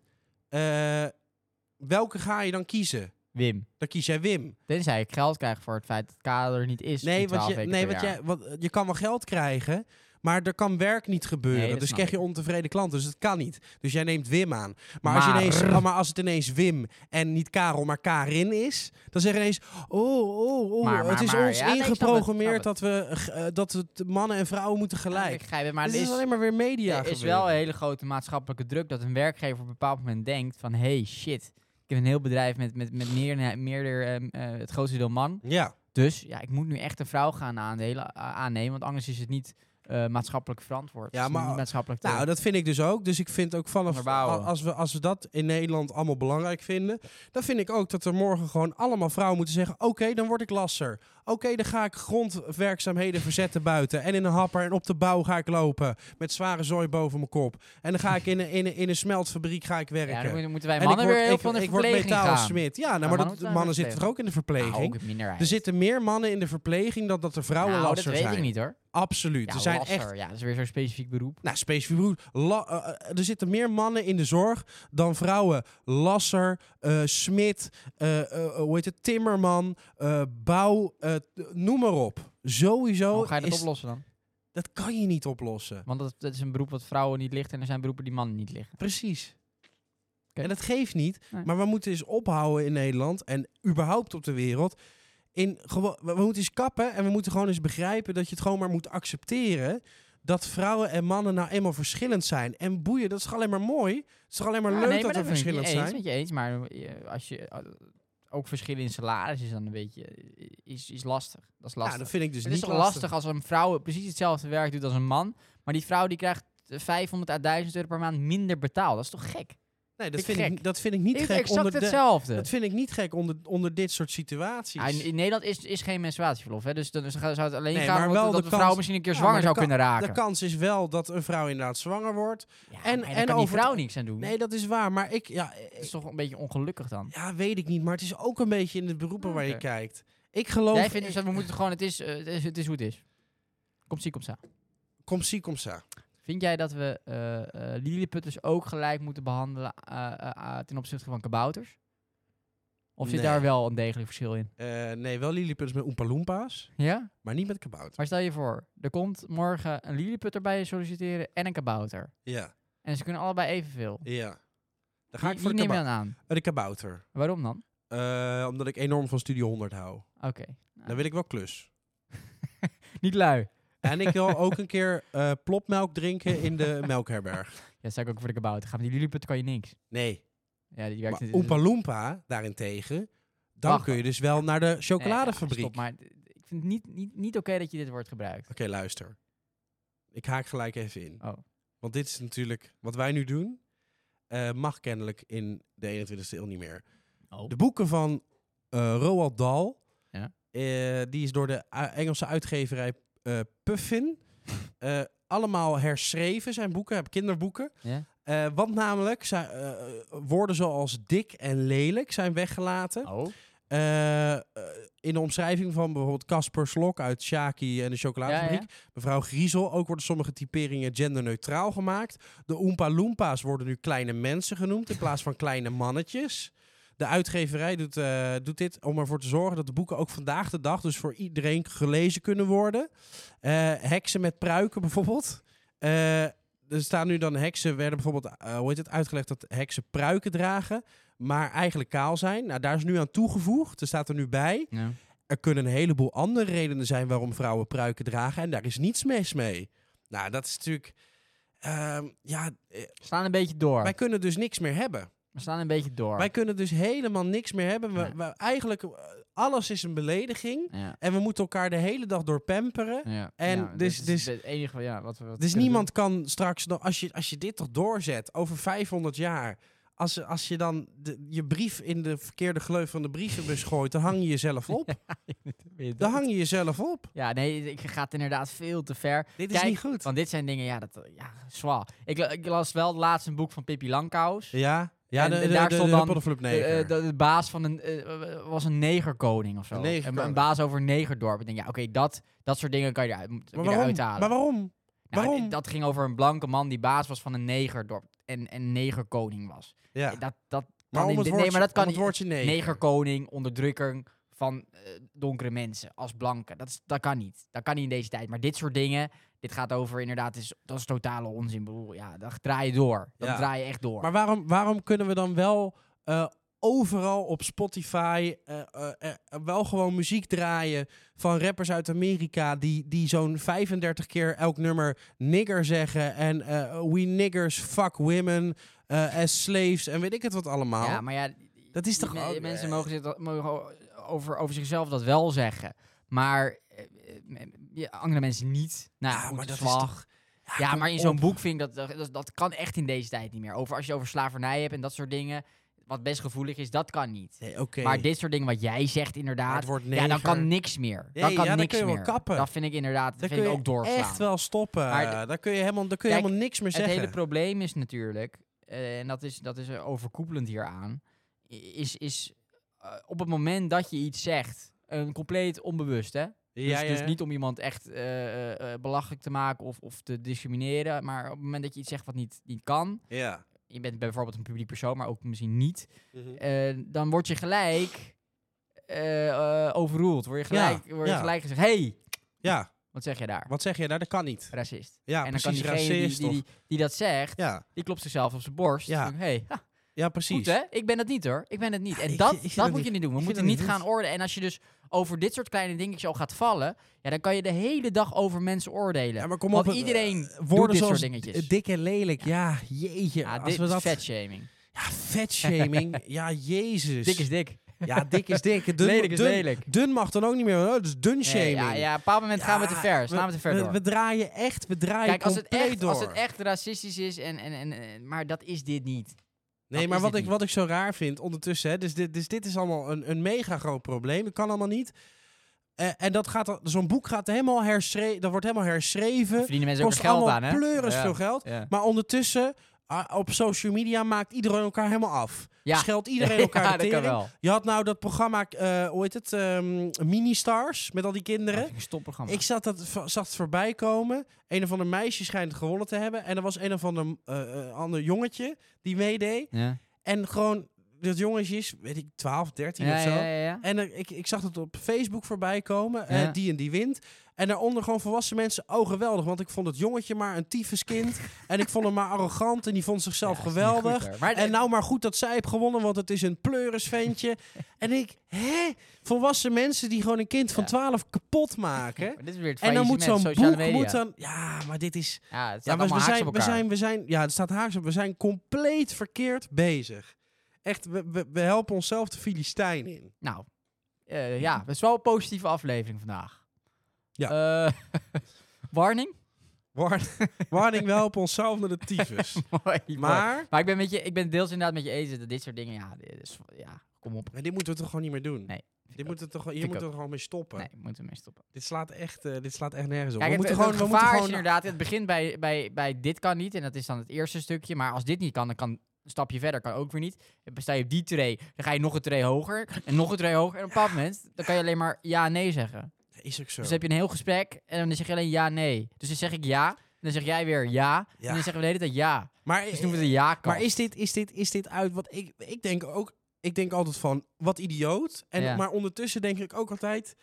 Uh, welke ga je dan kiezen? Wim. Dan kies jij Wim. Tenzij ik geld krijg voor het feit dat Karel er niet is. Nee, die want, twaalf je, weken nee per want, jaar. jij, want je kan wel geld krijgen... Maar er kan werk niet gebeuren. Nee, dat dus snap krijg je ik. ontevreden klanten. Dus het kan niet. Dus jij neemt Wim aan. Maar, Als, je Maar- ineens, oh, maar als het ineens Wim en niet Karel, maar Karin is... dan zeg je ineens... Oh, oh, oh. Maar, maar, het is maar. ons Ja, nee, ik snap het, ingeprogrammeerd ik snap dat, we, uh, dat we mannen en vrouwen moeten Ja, gelijk. ik begrijp het, maar Maar er dit is is, alleen maar weer media er is gebeuren. wel een hele grote maatschappelijke druk dat een werkgever op een bepaald moment denkt van... hey, shit, ik heb een heel bedrijf met, met, met meer, meerder, um, uh, het grootste deel man. Ja. Dus ja, ik moet nu echt een vrouw gaan aandelen, uh, aannemen, want anders is het niet uh, maatschappelijk verantwoord. Ja, maar niet maatschappelijk te nou, dat vind ik dus ook. Dus ik vind ook vanaf onderbouwen. als we, als we dat in Nederland allemaal belangrijk vinden, dan vind ik ook dat er morgen gewoon allemaal vrouwen moeten zeggen: oké, okay, dan word ik lasser. Oké, okay, dan ga ik grondwerkzaamheden verzetten buiten. En in een happer en op de bouw ga ik lopen met zware zooi boven mijn kop. En dan ga ik in een, in een, in een smeltfabriek ga ik werken. Ja, dan moeten wij en mannen ik word, weer heel ik, veel in de ik word verpleging gaan. metaalsmid. Ja, nou, Ja, maar mannen dat, moeten mannen wij zitten toch ook in de verpleging? Nou, ook een minderheid. Er zitten meer mannen in de verpleging dan dat er vrouwen nou, lasser dat weet zijn. ik niet hoor. Absoluut. Ja, er zijn lasser. echt. Ja, dat is weer zo'n specifiek beroep. Nou, specifiek beroep. La, uh, er zitten meer mannen in de zorg dan vrouwen. Lasser, uh, smid, uh, uh, hoe heet het, timmerman, uh, bouw, uh, noem maar op. Sowieso. Hoe ga je dat is, oplossen dan? Dat kan je niet oplossen. Want dat, dat is een beroep wat vrouwen niet ligt en er zijn beroepen die mannen niet liggen. Precies. Okay. En dat geeft niet. Nee. Maar we moeten eens ophouden in Nederland en überhaupt op de wereld. In, gewo- we moeten eens kappen en we moeten gewoon eens begrijpen dat je het gewoon maar moet accepteren dat vrouwen en mannen nou eenmaal verschillend zijn. En boeien, dat is toch alleen maar mooi? Het is toch alleen maar Ja, leuk nee, dat maar we ben ik verschillend niet eens, zijn? met je eens, maar uh, als je uh, ook verschillen in salaris is dan een beetje uh, is, is lastig. Dat is lastig. Ja, dat vind ik dus het niet is toch lastig als een vrouw precies hetzelfde werk doet als een man, maar die vrouw die krijgt vijfhonderd à duizend euro per maand minder betaald. Dat is toch gek? Nee, dat vind vind, ik ik, dat vind ik niet Het is gek exact onder de, hetzelfde. dat vind ik niet gek onder, onder dit soort situaties. Ja, in, in Nederland is, is geen menstruatieverlof, hè? Dus dan dus zou het alleen Nee, gaan maar om wel dat de de kans- vrouw misschien een keer Ja, zwanger maar zou de ka- kunnen raken. De kans is wel dat een vrouw inderdaad zwanger wordt. Ja, en- maar en daar kan die over vrouw het- niks aan doen. Nee, dat is waar. Maar ik, ja, Dat is toch een beetje ongelukkig dan. ja, weet ik niet. Maar het is ook een beetje in de beroepen waar je Oké. kijkt. Ik geloof... Jij vindt dus dat we moeten gewoon, het is, uh, het is, het is hoe het is. Komt zie, komt za. Kom zie, kom sa. Vind jij dat we uh, uh, lilliputters ook gelijk moeten behandelen uh, uh, uh, ten opzichte van kabouters? Of zit Nee. daar wel een degelijk verschil in? Uh, nee, wel lilliputters met Oompa Loompas, Ja? maar niet met kabouter. Maar stel je voor, er komt morgen een lilliputter bij je solliciteren en een kabouter. Ja, En ze kunnen allebei evenveel. ja. Dan ga Wie, ik voor wie de, neem je kaba- dan aan? uh, de kabouter. Waarom dan? Uh, omdat ik enorm van Studio honderd hou. Oké. Okay. Nou, Dan wil ik wel klus. niet lui. En ik wil ook een keer uh, plopmelk drinken in de melkherberg. Ja, sta ik ook voor de kabouter. Ga met die lilliputter kan je niks. Nee, Ja, die werkt maar niet. Oompa Loompa daarentegen, dan Wacht. kun je dus wel naar de Nee, ja, chocoladefabriek. stop, maar d- ik vind het niet, niet, niet oké dat je dit woord gebruikt. Oké, luister. Ik haak gelijk even in. Oh. Want dit is natuurlijk, wat wij nu doen, uh, mag kennelijk in de eenentwintigste eeuw niet meer. Oh. De boeken van uh, Roald Dahl, Ja. uh, die is door de uh, Engelse uitgeverij uh, Puffin uh, allemaal herschreven, zijn boeken, heb kinderboeken. Ja? Uh, want namelijk, zijn, uh, woorden zoals dik en lelijk zijn weggelaten. Oh. Uh, uh, in de omschrijving van bijvoorbeeld Casper Slok uit Shaki en de chocoladefabriek. Ja, ja. Mevrouw Griezel, ook worden sommige typeringen genderneutraal gemaakt. De Oompa Loompas worden nu kleine mensen genoemd in plaats van kleine mannetjes. De uitgeverij doet, uh, doet dit om ervoor te zorgen dat de boeken ook vandaag de dag dus voor iedereen gelezen kunnen worden. Uh, heksen met pruiken bijvoorbeeld. Uh, er staan nu dan heksen, werden bijvoorbeeld, uh, hoe heet het, uitgelegd dat heksen pruiken dragen, maar eigenlijk kaal zijn. Nou, daar is nu aan toegevoegd. Er staat er nu bij. Ja. Er kunnen een heleboel andere redenen zijn waarom vrouwen pruiken dragen en daar is niets mis mee. Nou, dat is natuurlijk, uh, ja, We slaan een beetje door. wij kunnen dus niks meer hebben. We slaan een beetje door. Wij kunnen dus helemaal niks meer hebben. We, Ja. we, eigenlijk, uh, alles is een belediging. Ja. En we moeten elkaar de hele dag door pamperen. Ja. En ja, dus- dat dus- is het enige ja, wat we wat we Dus kunnen niemand kan straks, nog, als je, als je dit toch doorzet over vijfhonderd jaar... Als, als je dan de, je brief in de verkeerde gleuf van de brievenbus gooit, dan hang je jezelf op. doen. Dan hang je jezelf op. Ja, nee, ik ga het inderdaad veel te ver. Dit is Kijk, niet goed. Want dit zijn dingen, ja, dat, ja, zwaar. Ik, la- ik las wel laatst een boek van Pippi Langkous. Ja, ja En de, de, daar de, stond de dan Huppelflub De, neger. eh, de, de baas van een, eh, was een negerkoning of zo. Een Een, negerkoning. een baas over een negerdorp. Ik denk, ja, oké, dat, dat soort dingen kan je eruit, moet maar, je waarom? eruit halen. maar waarom? Nou, waarom? Dat ging over een blanke man die baas was van een negerdorp en en negerkoning was. Ja. Dat, dat Maar kan om niet- het nee, woordje, maar dat kan om het niet. woordje neger. Negerkoning, onderdrukking van eh, donkere mensen als blanke. Dat, is, dat kan niet. Dat kan niet in deze tijd. Maar dit soort dingen, dit gaat over inderdaad, is, dat is totale onzin. Ik bedoel, ja, dan draai je door. Dan Ja. draai je echt door. Maar waarom, waarom kunnen we dan wel uh, overal op Spotify uh, uh, uh, wel gewoon muziek draaien van rappers uit Amerika die, die zo'n vijfendertig keer elk nummer nigger zeggen en uh, we niggers fuck women uh, as slaves en weet ik het wat allemaal. Ja, maar ja, Dat is die toch me- ook, mensen eh, mogen, zich dat, mogen over, over zichzelf dat wel zeggen. Maar eh, eh, ja, andere mensen niet. Nou, Ja, goed, maar dat zwak. is toch... Ja, kom maar in zo'n op. boek vind ik dat, dat... Dat kan echt in deze tijd niet meer. Over, als je over slavernij hebt en dat soort dingen... Wat best gevoelig is, dat kan niet. Nee, oké. Maar dit soort dingen wat jij zegt Maar inderdaad... het wordt Ja, dan neger. kan niks meer. Nee, dan kan ja, dan niks kun je wel meer. kappen. Dat vind ik inderdaad... Dat Dan vind kun ik je ook doorslaan. echt wel stoppen. Maar daar kun je helemaal, dan kun je Kijk, helemaal niks meer Het zeggen. hele probleem is natuurlijk... Uh, en dat is, dat is uh, overkoepelend hieraan... Is, is uh, op het moment dat je iets zegt... Uh, compleet onbewust, hè? Dus, ja, ja. dus niet om iemand echt uh, uh, uh, belachelijk te maken of, of te discrimineren. Maar op het moment dat je iets zegt wat niet, niet kan. Ja. Je bent bijvoorbeeld een publiek persoon, maar ook misschien niet. Mhm. Uh, dan word je gelijk uh, uh, overruled. Word je gelijk, Ja, word je ja. gelijk gezegd, hey, Ja, wat zeg je daar? wat zeg je daar? Dat kan niet. Racist. Ja, en dan precies, kan diegene racist die, die, of- die, die dat zegt, Ja, die klopt zichzelf op zijn borst. Ja. Ja. Hey, ha, ja precies. goed hè? Ik ben het niet hoor. Ik ben het niet. En ik- dat, ik vind dat dat moet niet- je niet doen. We ik vind moeten dat niet niet gaan oordelen. En als je dus over dit soort kleine dingetjes al gaat vallen, ja, dan kan je de hele dag over mensen oordelen. Ja, maar kom Want op, het, iedereen eh, doet woorden dit zoals soort dingetjes. d- dik en lelijk. Ja, jeetje. ja, als dit we is dat... vetshaming. Ja, vetshaming. Ja, jezus. Dik is dik. Ja, dik is dik. Dun, Lelijk is dun, lelijk. Dun mag dan ook niet meer. Oh, dus dun shaming. Nee, ja, ja, op een bepaald moment gaan we te ver. we, Gaan we te ver we, door. we draaien echt, we draaien Kijk, als het, compleet echt, door. als het echt racistisch is, en, en, en, en, maar dat is dit niet. Nee, Dat maar is wat dit ik, niet. wat ik zo raar vind ondertussen, hè, dus, dit, dus dit is allemaal een, een mega groot probleem. Dat kan allemaal niet. Uh, en dat gaat, al- zo'n boek gaat helemaal herschreven, dat wordt helemaal herschreven. Verdienen mensen ook Kost er geld allemaal aan, hè? pleuris Ja. veel geld. Ja. Maar ondertussen, uh, op social media maakt iedereen elkaar helemaal af. Ja. Scheldt iedereen elkaar ja, de dat kan tering. wel. Je had nou dat programma, uh, hoe heet het, um, Mini-Stars, met al die Dat kinderen. vind ik een stopprogramma. Ik zat, dat, v- zag het voorbij komen. Een of ander meisje schijnt het gewonnen te hebben. En er was een of ander, uh, uh, ander jongetje die meedeed. ja. En gewoon, dat jongetje is, weet ik, twaalf, dertien Ja, of zo. ja, ja, ja. En uh, ik, ik zag het op Facebook voorbij komen. eh, Ja. die en die wint. En daaronder gewoon volwassen mensen. Oh, geweldig. Want ik vond het jongetje maar een tyfuskind. En ik vond hem maar arrogant. En die vond zichzelf Ja, is niet goed, geweldig. hoor. Maar En nou maar goed dat zij heeft gewonnen. Want het is een pleurisventje. En ik, hè? Volwassen mensen die gewoon een kind van Ja. twaalf kapot maken. Maar dit is weer het En dan moet zo'n sociale boek media. moet dan... Ja, maar dit is... Ja, het Ja, staat maar allemaal we haaks zijn, op we elkaar. zijn, we zijn, ja, het staat haaks op. We zijn compleet verkeerd bezig. Echt, we, we, we helpen onszelf de Filistijn in. Nou, uh, ja, het is wel een positieve aflevering vandaag. Ja. Uh, warning? War, warning, we helpen onszelf naar de tyfus. Mooi, mooi. Maar, Maar ik ben, met je, ik ben deels inderdaad met je eens dat dit soort dingen, ja, dit is, ja kom op. maar dit moeten we toch gewoon niet meer doen? Nee. Dit moeten we toch, hier Vind ik moeten we ook. gewoon mee stoppen. Nee, moeten we mee stoppen. Dit, slaat echt, uh, dit slaat echt nergens op. Kijk, we het, moeten het, gewoon, het we gevaar moeten is gewoon inderdaad, het begint bij, bij, bij dit kan niet, en dat is dan het eerste stukje, maar als dit niet kan, dan kan een stapje verder, kan ook weer niet. Dan sta je op die tray, dan ga je nog een tray hoger, en nog een tray hoger, en op een bepaald moment, dan kan je alleen maar ja, nee zeggen. Is ook zo. Dus dan heb je een heel gesprek, en dan zeg je alleen ja, nee. Dus dan zeg ik ja, en dan zeg jij weer ja, en dan zeggen we de hele tijd ja. maar, Dus noemen we de ja-kast. maar is dit, is, dit, is dit uit wat ik... Ik denk ook... Ik denk altijd van, wat idioot. En, Ja. Maar ondertussen denk ik ook altijd...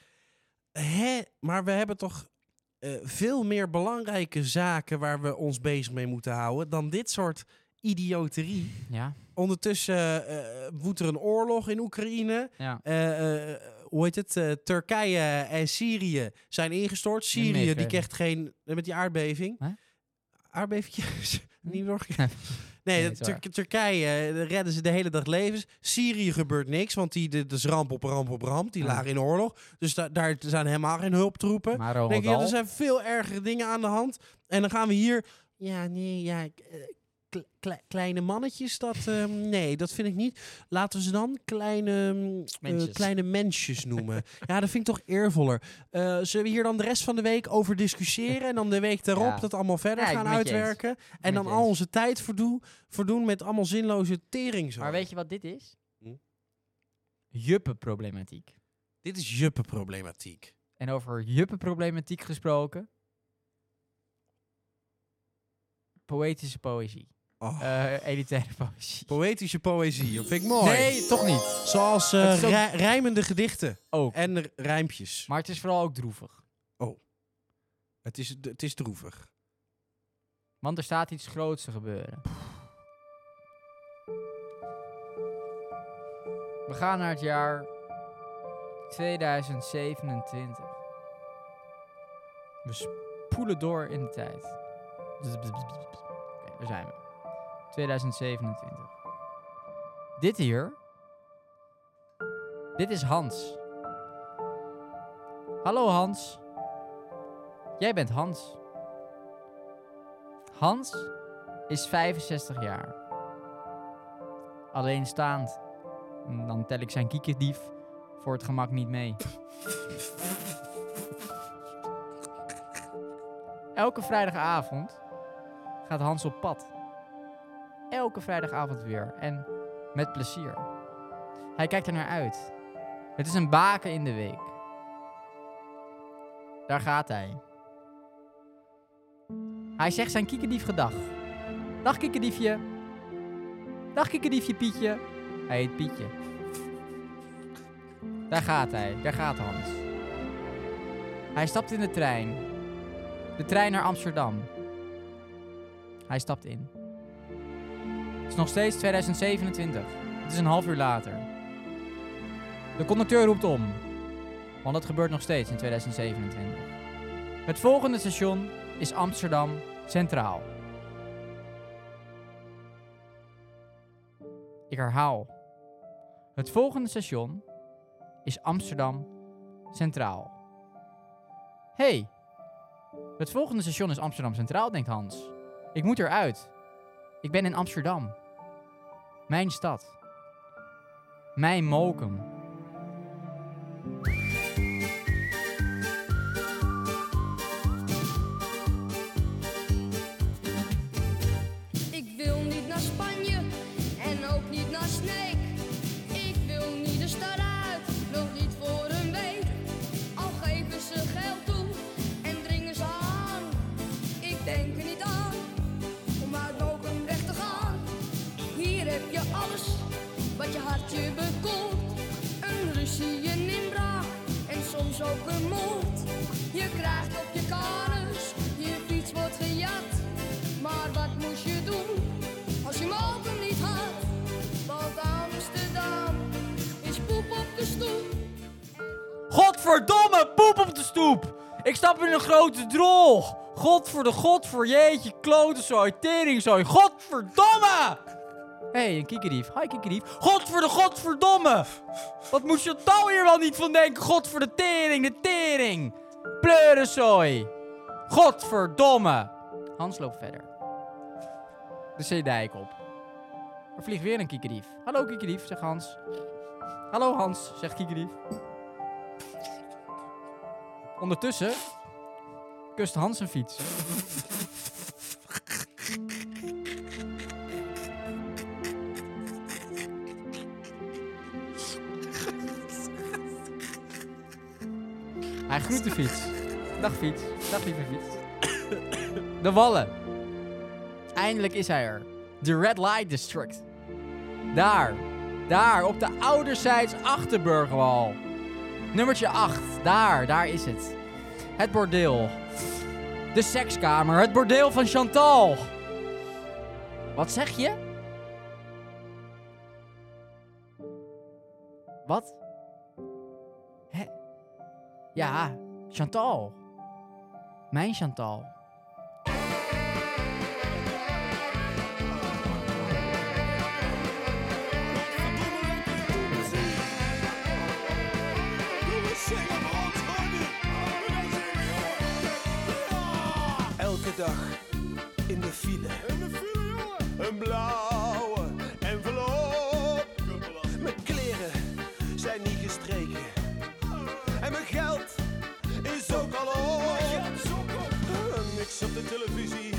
Hè, maar we hebben toch uh, veel meer belangrijke zaken waar we ons bezig mee moeten houden dan dit soort idioterie. Ja, Ondertussen uh, woedt er een oorlog in Oekraïne. ja. Uh, uh, hoe heet het? Uh, Turkije en Syrië zijn ingestort. Syrië die krijgt geen... Met die aardbeving. Huh? Aardbevingjes? Niet nog. Nee, Nee, het is Tur- waar. Turkije uh, redden ze de hele dag levens. Syrië gebeurt niks, want die, de, de is ramp op ramp op ramp. Die Ja. lagen in oorlog. Dus da- daar zijn helemaal geen hulptroepen. Maar Dan denk Roald je, ja, Dahl. er zijn veel ergere dingen aan de hand. En dan gaan we hier... Ja, nee, ja... ik, eh, kle- kle- kleine mannetjes, dat... ehm, nee, dat vind ik niet. Laten we ze dan kleine, mm, eh, Mensjes. kleine mensjes noemen. Ja, dat vind ik toch eervoller. Eh, zullen we hier dan de rest van de week over discussiëren? En dan de week daarop Ja. dat allemaal verder Ja, ik gaan ben met je eens. uitwerken? En met dan je al eens. onze tijd verdoen, verdoen met allemaal zinloze tering zo. Maar weet je wat dit is? Hm? Juppenproblematiek. Dit is juppenproblematiek. En over juppenproblematiek gesproken. Poëtische poëzie. Oh, Eh elitaire poëzie. poëtische poëzie, dat vind ik mooi. Nee, toch niet. Zoals eh, Het is ook- rij- rijmende gedichten Ook. en r- rijmpjes. Maar het is vooral ook droevig. Het is, het is droevig. Want er staat iets groots te gebeuren. We gaan naar het jaar tweeduizend zevenentwintig. We spoelen door in de tijd. Oké, daar zijn we. tweeduizend zevenentwintig. Dit hier. Dit is Hans. Hallo Hans. Jij bent Hans. Hans is vijfenzestig jaar. Alleenstaand. En dan tel ik zijn kiekendief voor het gemak niet mee. Elke vrijdagavond gaat Hans op pad. Elke vrijdagavond weer. En met plezier. Hij kijkt er naar uit. Het is een baken in de week. Daar gaat hij. Hij zegt zijn kiekendief gedag. Dag kiekendiefje. Dag kiekendiefje Pietje. Hij heet Pietje. Daar gaat hij. Daar gaat Hans. Hij stapt in de trein. De trein naar Amsterdam. Hij stapt in. Het is nog steeds tweeduizend zevenentwintig. Het is een half uur later. De conducteur roept om. Want dat gebeurt nog steeds in tweeduizend zevenentwintig. Het volgende station is Amsterdam Centraal. Ik herhaal. Het volgende station is Amsterdam Centraal. Hé, hey, het volgende station is Amsterdam Centraal, denkt Hans. Ik moet eruit. Ik ben in Amsterdam. Mijn stad. Mijn Mokum. Ik wil niet naar Spanje en ook niet naar Sneek. Ik wil niet de stad uit, nog niet voor een week. Al geven ze geld toe en dringen ze aan. Ik denk er niet aan om uit Mokum weg te gaan. Hier heb je alles wat je hartje bekoelt. Een ruzie, een inbraak en soms ook een moord. Je krijgt op je kanus, je fiets wordt gejat. Maar wat moest je doen als je Mokum niet had? Want Amsterdam is poep op de stoep. Godverdomme, poep op de stoep! Ik stap in een grote drol! Godver de godver, jeetje, klotenzooi, teringzooi, godverdomme! Hé, hey, een kiekendief. Hi, kiekendief. Godver de godverdomme! Wat moest je touw hier wel niet van denken? Godver de tering, de tering! Pleurenzooi! Godverdomme! Hans loopt verder. De zeedijk op. Er vliegt weer een kiekendief. Hallo kiekendief, zegt Hans. Hallo Hans, zegt kiekendief. Ondertussen kust Hans zijn fiets. Hij groet de fiets. Dag fiets. Dag lieve fiets. De Wallen. Eindelijk is hij er. De Red Light District. Daar. Daar, op de ouderzijds Achterburgwal. Nummertje acht. Daar, daar is het. Het bordeel. De sekskamer. Het bordeel van Chantal. Wat zeg je? Wat? Hè? Ja, Chantal. Mijn Chantal. Elke dag in de file. Een blauwe envelop. Mijn kleren zijn niet gestreken. En mijn geld is ook al op. Niks op de televisie.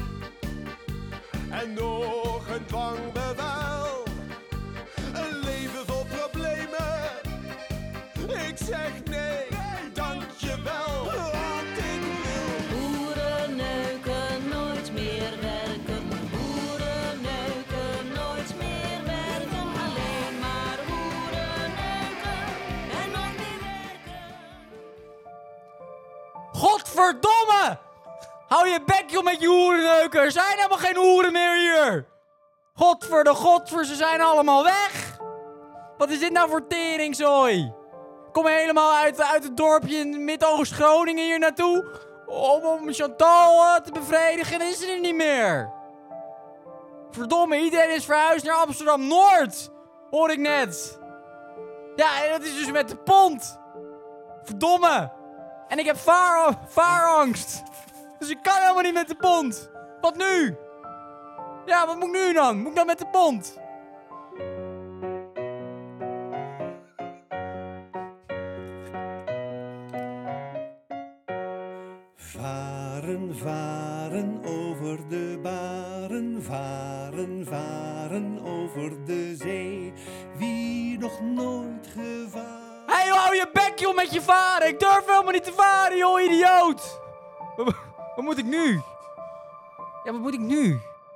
En nog een dwangbevel. Een leven vol problemen. Ik zeg nee, dankjewel. Want ik wil Boeren neuken, nooit meer werken. Boeren neuken, nooit meer werken. Alleen maar boeren neuken en nooit meer werken. Godverdomme! Hou je bek, joh, met je hoerenneuken. Er zijn helemaal geen hoeren meer hier. Godver de godver, ze zijn allemaal weg. Wat is dit nou voor teringzooi? Kom helemaal uit, uit het dorpje in Mid-Oost-Groningen hier naartoe. Om, om Chantal uh, te bevredigen, is ze er niet meer. Verdomme, iedereen is verhuisd naar Amsterdam-Noord. Hoor ik net. Ja, en dat is dus met de pont. Verdomme. En ik heb vaar, vaarangst. Dus ik kan helemaal niet met de pont. Wat nu? Ja, wat moet ik nu dan? Moet ik dan met de pont? Varen, varen over de baren, varen, varen over de zee. Wie nog nooit gevaren... Hé, hey, hou je bek, joh, met je varen. Ik durf helemaal niet te varen, joh, idioot. Wat, wat moet ik nu? Ja, wat moet ik nu?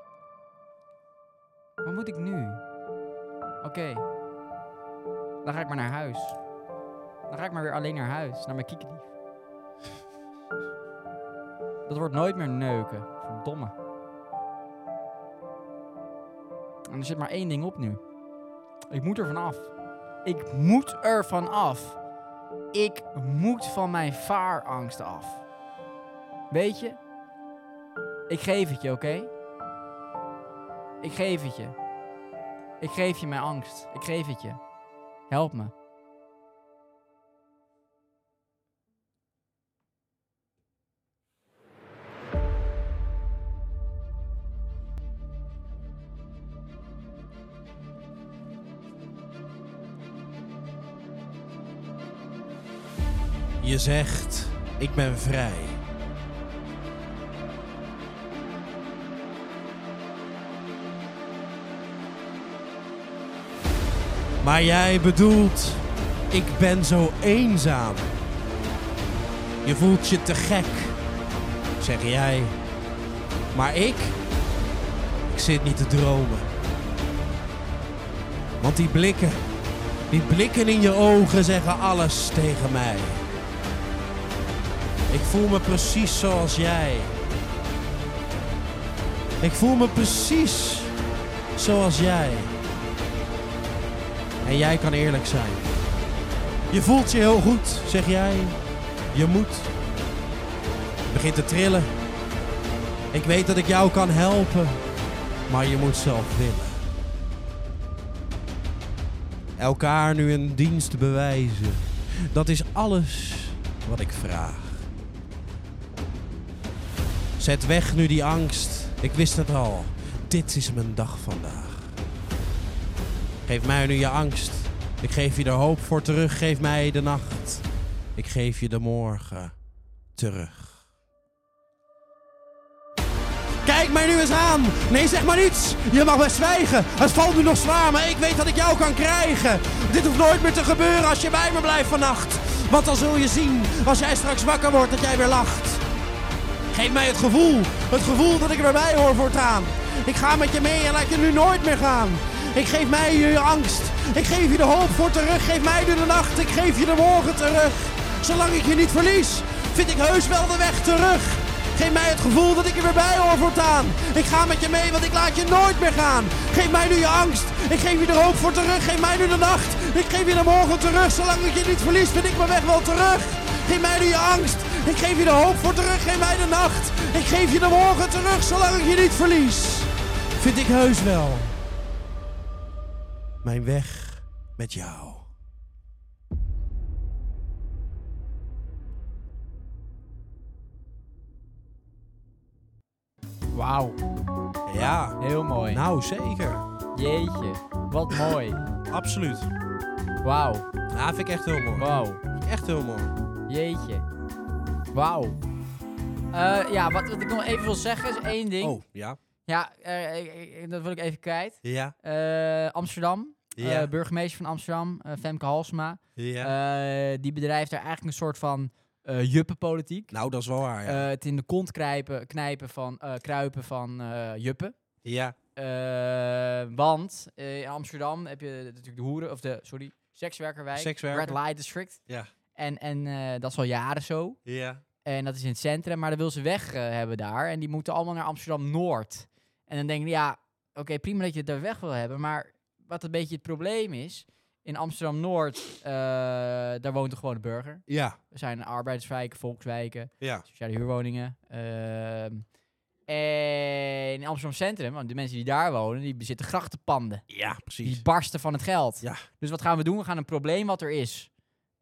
Wat moet ik nu? Oké. Okay. Dan ga ik maar naar huis. Dan ga ik maar weer alleen naar huis. Naar mijn kiekendief. Dat wordt nooit meer neuken. Verdomme. En er zit maar één ding op nu. Ik moet er van af. Ik moet er van af. Ik moet van mijn vaarangst af. Weet je? Ik geef het je, oké? Okay? Ik geef het je. Ik geef je mijn angst. Ik geef het je. Help me. Je zegt, ik ben vrij. Maar jij bedoelt, ik ben zo eenzaam. Je voelt je te gek, zeg jij. Maar ik, ik zit niet te dromen. Want die blikken, die blikken in je ogen zeggen alles tegen mij. Ik voel me precies zoals jij. Ik voel me precies zoals jij. En jij kan eerlijk zijn. Je voelt je heel goed, zeg jij. Je moet. Je begint te trillen. Ik weet dat ik jou kan helpen. Maar je moet zelf willen. Elkaar nu een dienst bewijzen. Dat is alles wat ik vraag. Zet weg nu die angst. Ik wist het al. Dit is mijn dag vandaag. Geef mij nu je angst. Ik geef je de hoop voor terug. Geef mij de nacht. Ik geef je de morgen terug. Kijk mij nu eens aan. Nee, zeg maar niets. Je mag best zwijgen. Het valt nu nog zwaar, maar ik weet dat ik jou kan krijgen. Dit hoeft nooit meer te gebeuren als je bij me blijft vannacht. Want dan zul je zien, als jij straks wakker wordt, dat jij weer lacht. Geef mij het gevoel. Het gevoel dat ik er weer bij hoor voortaan. Ik ga met je mee en laat je nu nooit meer gaan. Ik geef mij je angst. Ik geef je de hoop voor terug. Geef mij nu de nacht. Ik geef je de morgen terug. Zolang ik je niet verlies, vind ik heus wel de weg terug. Geef mij het gevoel dat ik er weer bij hoor voortaan. Ik ga met je mee, want ik laat je nooit meer gaan. Geef mij nu je angst. Ik geef je de hoop voor terug. Geef mij nu de nacht. Ik geef je de morgen terug. Zolang ik je niet verlies, vind ik mijn weg wel terug. Geef mij nu je angst. Ik geef je de hoop voor terug. Geef mij de nacht. Ik geef je de morgen terug. Zolang ik je niet verlies, vind ik heus wel mijn weg met jou. Wauw. Ja, Heel mooi. nou zeker. Jeetje. Wat mooi. Absoluut. Wauw. Ja, vind ik echt heel mooi. Wauw. Vind ik echt heel mooi. Jeetje. Wauw. Uh, ja, wat, wat ik nog even wil zeggen is één ding. Oh, ja. Ja, uh, ik, ik, dat wil ik even kwijt. Ja. Uh, Amsterdam. Ja. Uh, burgemeester van Amsterdam, uh, Femke Halsema. Ja. Uh, die bedrijft daar eigenlijk een soort van uh, juppenpolitiek. Nou, dat is wel waar, ja. Uh, het in de kont knijpen, knijpen van, uh, kruipen van uh, juppen. Ja. Uh, want uh, in Amsterdam heb je natuurlijk de hoeren, of de, sorry, sekswerkerwijk. Sekswerker. Red Light District. Ja. En, en uh, dat is al jaren zo. Ja. En dat is in het centrum, maar dat wil ze weg uh, hebben daar. En die moeten allemaal naar Amsterdam-Noord. En dan denk ik, ja, oké, okay, prima dat je het daar weg wil hebben. Maar wat een beetje het probleem is, in Amsterdam-Noord, uh, daar woont een gewone burger. Ja. Er zijn arbeiderswijken, volkswijken, Ja. sociale huurwoningen. Uh, en in Amsterdam-Centrum, want de mensen die daar wonen, die bezitten grachtenpanden. Ja, precies. Die barsten van het geld. Ja. Dus wat gaan we doen? We gaan een probleem wat er is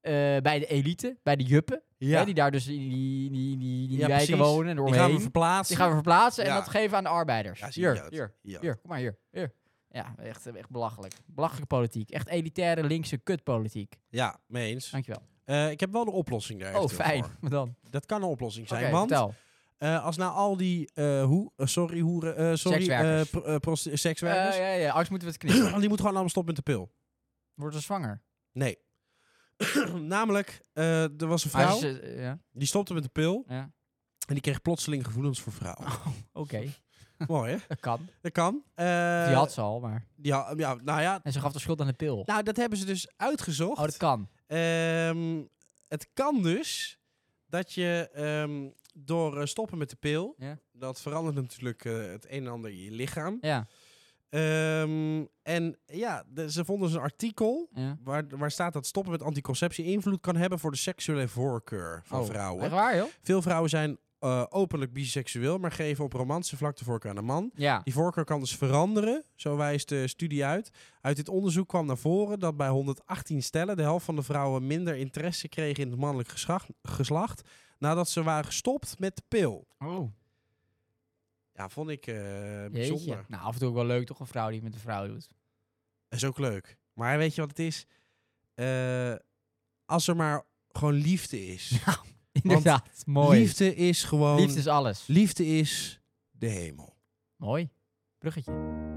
eh, bij de elite, bij de juppen. Ja. Hè, die daar dus in die, die, die, die Ja, wijken precies. wonen. Die gaan we Doorheen. verplaatsen. Die gaan we verplaatsen en Ja. dat geven aan de arbeiders. Ja, zie hier, je het. hier, Ja. hier, kom maar hier, hier. Ja, echt, echt belachelijk. Belachelijke politiek. Echt elitaire linkse kutpolitiek. Ja, mee eens. Dankjewel. Eh, ik heb wel de oplossing daar. Oh, eventueel fijn. voor. Wat dan? Dat kan een oplossing zijn. Oké, want vertel. eh, als nou al die eh, hoe, eh, sorry, hoeren, eh, sorry, Sekswerkers. eh, pro- eh, prosti- sekswerkers, Eh, ja, ja, anders moeten we het knippen. die moeten gewoon allemaal stoppen met de pil. Wordt ze zwanger? Nee. Namelijk, eh, er was een Maar vrouw, als ze- eh, ja, die stopte met de pil ja. en die kreeg plotseling gevoelens voor vrouwen. Oké, Mooi, hè? dat kan. Dat kan. Eh, Die had ze al, maar... die had- ja, nou ja, En ze gaf de schuld aan de pil. nou, dat hebben ze dus uitgezocht. Oh, dat kan. Ehm, het kan dus dat je ehm, door eh, stoppen met de pil, Ja. dat verandert natuurlijk eh, het een en ander in je lichaam. Ja, Ehm, en ja, de- ze vonden dus een artikel ja. waar, waar staat dat stoppen met anticonceptie invloed kan hebben voor de seksuele voorkeur van Oh, vrouwen. Echt waar, joh? Veel vrouwen zijn eh, openlijk biseksueel, maar geven op romantische vlak de voorkeur aan een man. Ja. Die voorkeur kan dus veranderen, zo wijst de studie uit. Uit dit onderzoek kwam naar voren dat bij honderdachttien stellen de helft van de vrouwen minder interesse kregen in het mannelijk geslacht, geslacht nadat ze waren gestopt met de pil. Oh, Ja, vond ik eh jeetje. bijzonder. Nou, af en toe ook wel leuk, toch? Een vrouw die het met een vrouw doet. Dat is ook leuk. Maar weet je wat het is? Eh, als er maar gewoon liefde is. Inderdaad, mooi. Liefde, Liefde is gewoon... is alles. Liefde is de hemel. Mooi. Bruggetje.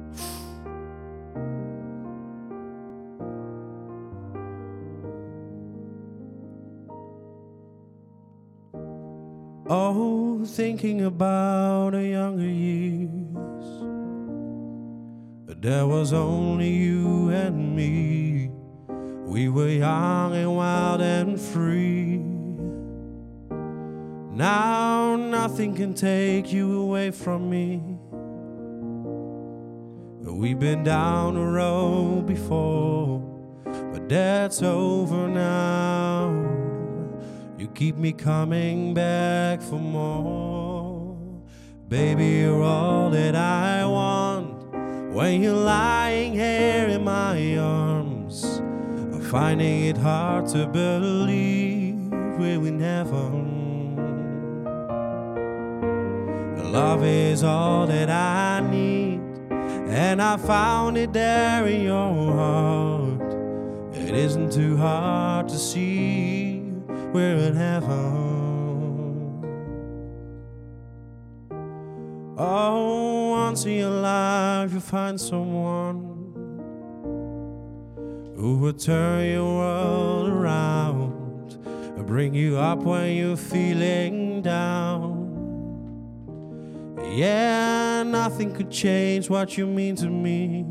Oh, thinking about our younger years. There was only you and me. We were young and wild and free. Now nothing can take you away from me. We've been down the road before, but that's over now. You keep me coming back for more. Baby, you're all that I want. When you're lying here in my arms, I'm finding it hard to believe we're in heaven. Love is all that I need, and I found it there in your heart. It isn't too hard to see we're in heaven. Oh, once in your life you find someone who will turn your world around and bring you up when you're feeling down. Yeah, nothing could change what you mean to me.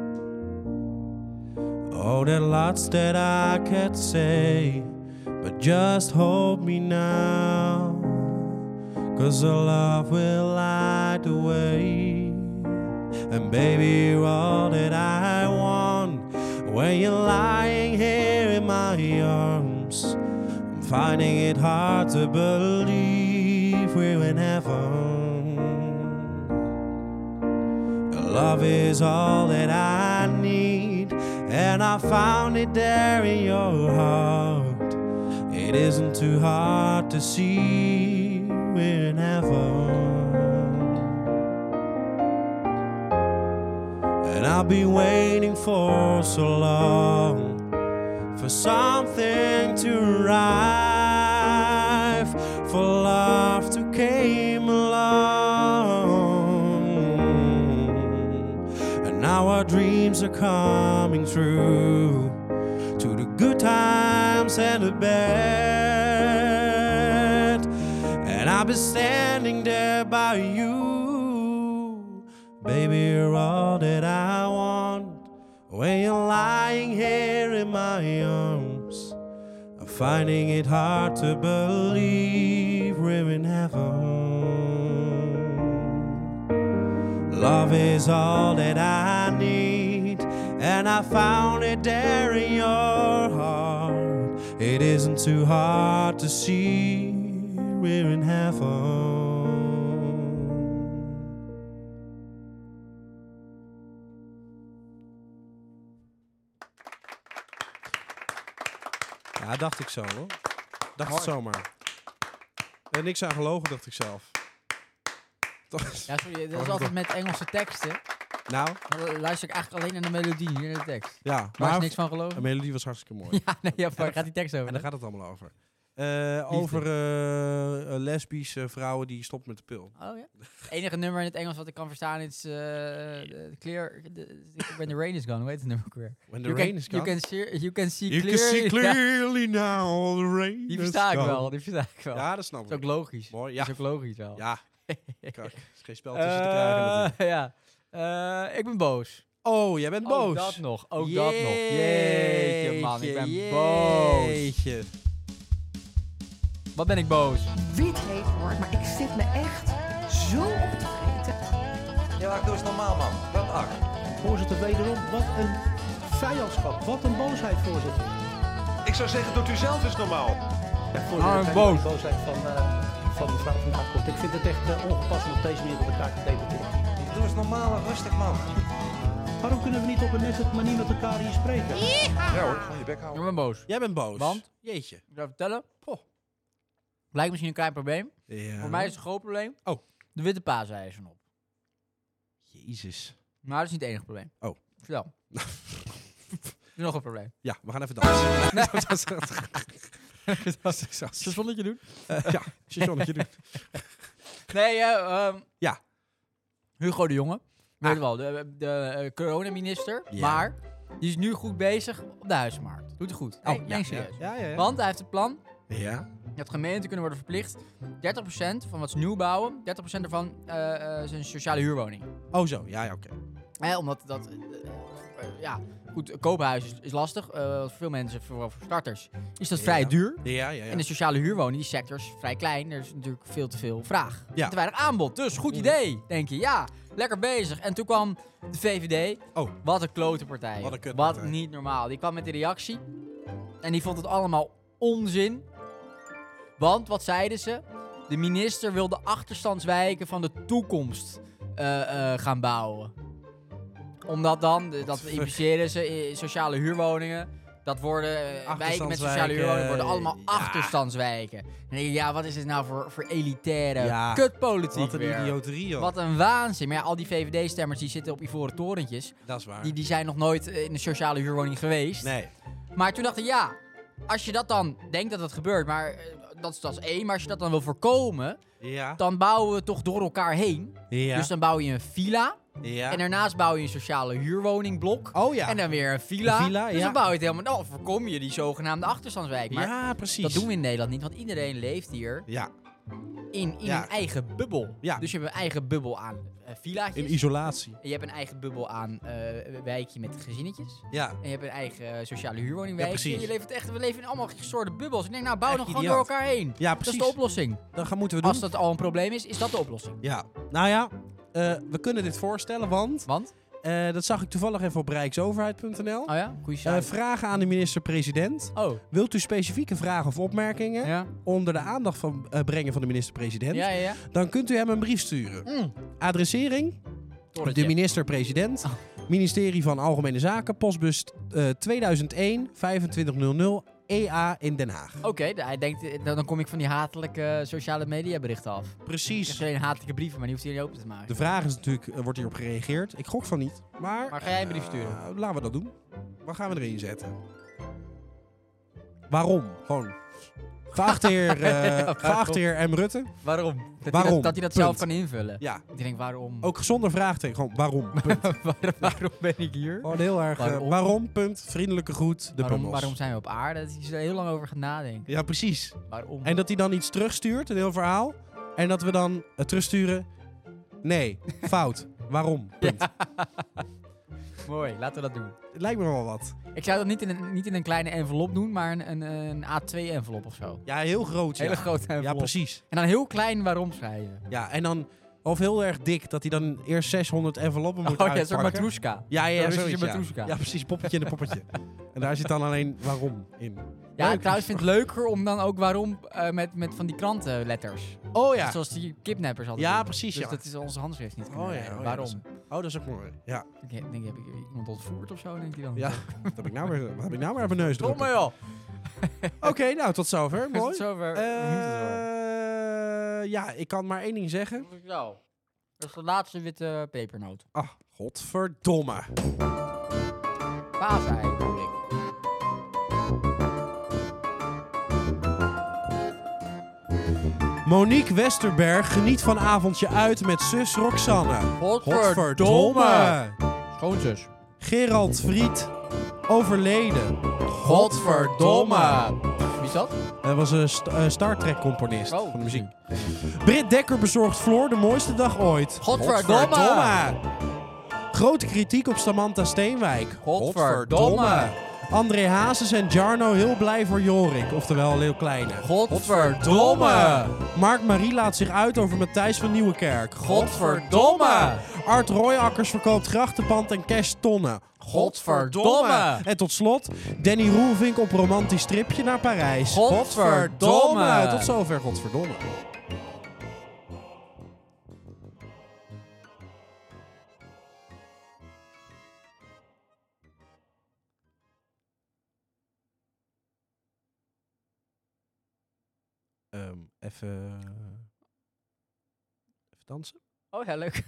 Oh, there are lots that I can't say, but just hold me now, 'cause our love will light the way. And baby, you're all that I want. When you're lying here in my arms, I'm finding it hard to believe we're in heaven. Love is all that I need, and I found it there in your heart. It isn't too hard to see we're in heaven. And I've been waiting for so long for something to arrive, for love to came along. And now our dreams are coming true, to the good times and the bad. And I've been standing there by you. Baby, you're all that I want. When you're lying here in my arms, I'm finding it hard to believe we're in heaven. Love is all that I need, and I found it there in your heart. It isn't too hard to see we're in heaven. Ja, dacht ik zo, hoor. Dacht Mooi. het zomaar. Er niks aan gelogen, dacht ik zelf. Toch? Ja, sorry, dat is Gewoon altijd met Engelse teksten. Nou, Dan luister ik eigenlijk alleen naar de melodie, niet naar de tekst. ja. Daar is Maar niks van de geloven. melodie was hartstikke mooi. Ja, nee, ja, waar gaat die tekst over? En daar gaat het allemaal over. Uh, over uh, uh, lesbische vrouwen die stopt met de pil. Oh ja? Het enige nummer in het Engels wat ik kan verstaan is uh, uh, Clear... The, the, when the rain is gone. Hoe heet het nummer ook weer? When the You rain can, is gone. You can see, you can see You clearly. can see Ja, clearly now the rain die is versta ik gone. wel, die versta ik wel. Ja, dat snap Dat is ik. ook logisch. Mooi, Dat ja. is ook logisch wel. Ja. Kijk, er is geen spel tussen te krijgen Uh, natuurlijk. ja. Uh, ik ben boos. Oh, jij bent boos. Ook dat nog. Ook dat nog. Jeetje, man. Ik ben Jeetje. boos. Wat ben ik boos? Wiet heet hoor, maar ik zit me echt zo op te vreten. Ja, doe eens normaal, man. Wat ach. Voorzitter, wederom, wat een vijandschap. Wat een boosheid, voorzitter. Ik zou zeggen, doet u zelf eens normaal. Ja, Ah, voorzitter, geen boos. boosheid van, uh, van mevrouw van Hakkoort. Ik vind het echt uh, ongepast om op deze manier met elkaar te debatteren. Doe eens normaal en rustig, man. Waarom kunnen we niet op een nette manier met elkaar hier spreken? Ja hoor, gewoon je bek Ik houden. ben boos. Jij bent boos. Want? Jeetje. Ik ga vertellen. Poh. Lijkt misschien een klein probleem. Ja. Voor mij is het een groot probleem. Oh. De witte paasei is erop. Jezus. Maar dat is niet het enige probleem. Oh. Vertel. Er is nog een probleem. Ja, we gaan even dansen. Zullen zonnetje doen? Uh, ja, stationnetje doen. Nee, uh, um, Ja. Hugo de Jonge. Weet je Ah. wel, de, de uh, coronaminister. Ja. Maar die is nu goed bezig op de huismarkt. Doet hij goed. Nee, Oh, nee, ja, serieus. Ja, ja, ja. Want hij heeft het plan Ja. dat gemeenten kunnen worden verplicht dertig procent van wat ze nieuw bouwen, dertig procent ervan uh, uh, zijn sociale huurwoning. Oh zo, ja, ja, oké. Eh, omdat dat, uh, uh, ja, goed, een koophuis is, is lastig. Uh, voor veel mensen, vooral voor starters, is dat vrij Ja. duur. Ja, ja, ja. En de sociale huurwoning, die sector is vrij klein. Er is natuurlijk veel te veel vraag. Ja. Te weinig aanbod. Dus goed idee, denk je. Ja, lekker bezig. En toen kwam de V V D. Oh. Wat een klote partij. Wat een kutpartij. Wat niet normaal. Die kwam met de reactie. En die vond het allemaal onzin. Want, wat zeiden ze? De minister wil de achterstandswijken van de toekomst uh, uh, gaan bouwen. Omdat dan, de, dat fuck? impliceren ze, eh, sociale huurwoningen... Dat worden uh, wijken met sociale Achterstandswijken, huurwoningen worden allemaal ja. achterstandswijken. Dan denk je, ja, wat is dit nou voor, voor elitaire Ja. kutpolitiek Wat een weer? idioterie, joh. Wat een waanzin. Maar ja, al die V V D-stemmers die zitten op ivoren torentjes. Dat is waar. Die, die zijn nog nooit in een sociale huurwoning geweest. Nee. Maar toen dacht ik, ja, als je dat dan denkt dat het gebeurt, maar uh, dat, is, dat is één. Maar als je dat dan wil voorkomen, Ja. dan bouwen we toch door elkaar heen. Ja. Dus dan bouw je een villa. Ja. En daarnaast bouw je een sociale huurwoningblok. Oh ja. En dan weer een villa. Een villa, dus ja. dan bouw je het helemaal... Dan voorkom je die zogenaamde achterstandswijk. Maar ja, precies. dat doen we in Nederland niet, want iedereen leeft hier Ja. in, in Ja. een eigen bubbel. Ja. Dus je hebt een eigen bubbel aan uh, villaatjes. In isolatie. En je hebt een eigen bubbel aan uh, wijkje met gezinnetjes. Ja. En je hebt een eigen uh, sociale huurwoningwijk. Ja, precies. En je leeft echt, we leven in allemaal gestoorde bubbels. Ik denk, nou, bouw Echt dan gewoon idioot. door elkaar heen. Ja, Dat precies. is de oplossing. Dat gaan moeten we doen. Als dat al een probleem is, is dat de oplossing. Ja. Nou ja, uh, we kunnen dit voorstellen, want... Want? Uh, dat zag ik toevallig even op rijksoverheid punt n l. Oh ja? Goeie Uh, site. vragen aan de minister-president. oh. Wilt u specifieke vragen of opmerkingen Ja? onder de aandacht van, uh, brengen van de minister-president? Ja, ja, ja. Dan kunt u hem een brief sturen. Mm. Adressering: Torretje. de minister-president, Oh. ministerie van Algemene Zaken, postbus uh, tweeduizend één vijfentwintig honderd E A in Den Haag. Oké, okay, hij denkt, eh, dan dan kom ik van die hatelijke sociale media berichten af. Ik Precies. krijg alleen hatelijke brieven, maar die hoeft hij niet open te maken. De vraag is natuurlijk, uh, wordt hierop gereageerd? Ik gok van niet. Maar, Maar ga jij een brief uh, sturen? laten we dat doen. Wat gaan we erin zetten? Waarom? Gewoon. Geachte heer, uh, geachte heer M. Rutte. Waarom? Dat Waarom? Hij dat, dat hij dat zelf Punt. kan invullen. Ja, Ik denk, waarom? ook zonder vraagteken. Gewoon waarom? Punt. Waar- waarom ben ik hier? Gewoon heel erg. Waarom? Waarom? waarom punt. Vriendelijke groet. De Waarom, bummels. waarom zijn we op aarde? Dat hij er heel lang over gaat nadenken. Ja, precies. Waarom? En dat hij dan iets terugstuurt, een heel verhaal. En dat we dan uh, terugsturen. Nee, fout. Waarom? Punt. Mooi, laten we dat doen. Het lijkt me wel wat. Ik zou dat niet in een, niet in een kleine envelop doen, maar een, een, een A twee envelop of zo. Ja, heel groot. Een hele ja. grote envelop. Ja, precies. En dan heel klein waarom schrijven. Ja, en dan, of heel erg dik, dat hij dan eerst zeshonderd enveloppen moet Oh ja, een soort uitpakken. matroeska. Ja, ja, ja, Een Russische zoiets, ja. matroeska. Ja, precies. Poppetje in een poppetje. En daar zit dan alleen waarom in. Ja, Leuk. trouwens vind ik het leuker om dan ook waarom uh, met, met van die krantenletters. Oh ja. Zoals die kidnappers altijd Ja, doen. precies, Dus ja. dat is onze handschrift niet. Oh kunnen ja, rijden. oh ja, waarom? dat is- Oh, dat is ook mooi. Ja. Ik denk, heb ik iemand ontvoerd of zo, denkt hij dan. Ja. Wat heb ik nou weer, wat heb ik nou weer op mijn neus Kom maar drukken? joh. Oké, okay, nou, tot zover. Mooi. Tot zover. Uh, We moeten door. ja, ik kan maar één ding zeggen. Nou, dat is de laatste witte pepernoot. Ah, godverdomme. Paasei, bedoel ik. Monique Westerberg geniet van avondje uit met zus Roxanne. Godverdomme. Schoonzus. Gerald Vriet, overleden. Godverdomme. Wie is dat? Hij was een st- uh, Star Trek componist Oh, van de muziek. Britt Dekker bezorgt Floor de mooiste dag ooit. Godverdomme. Godverdomme. Grote kritiek op Samantha Steenwijk. Godverdomme. André Hazes en Jarno heel blij voor Jorik, oftewel Leeuw Kleine. Godverdomme. Mark Marie laat zich uit over Matthijs van Nieuwekerk. Godverdomme. Art Royakkers verkoopt grachtenpand en cash tonnen. Godverdomme. En tot slot, Danny Roelvink op romantisch tripje naar Parijs. Godverdomme. Tot zover, godverdomme. Um, even... Even dansen. Oh ja, leuk.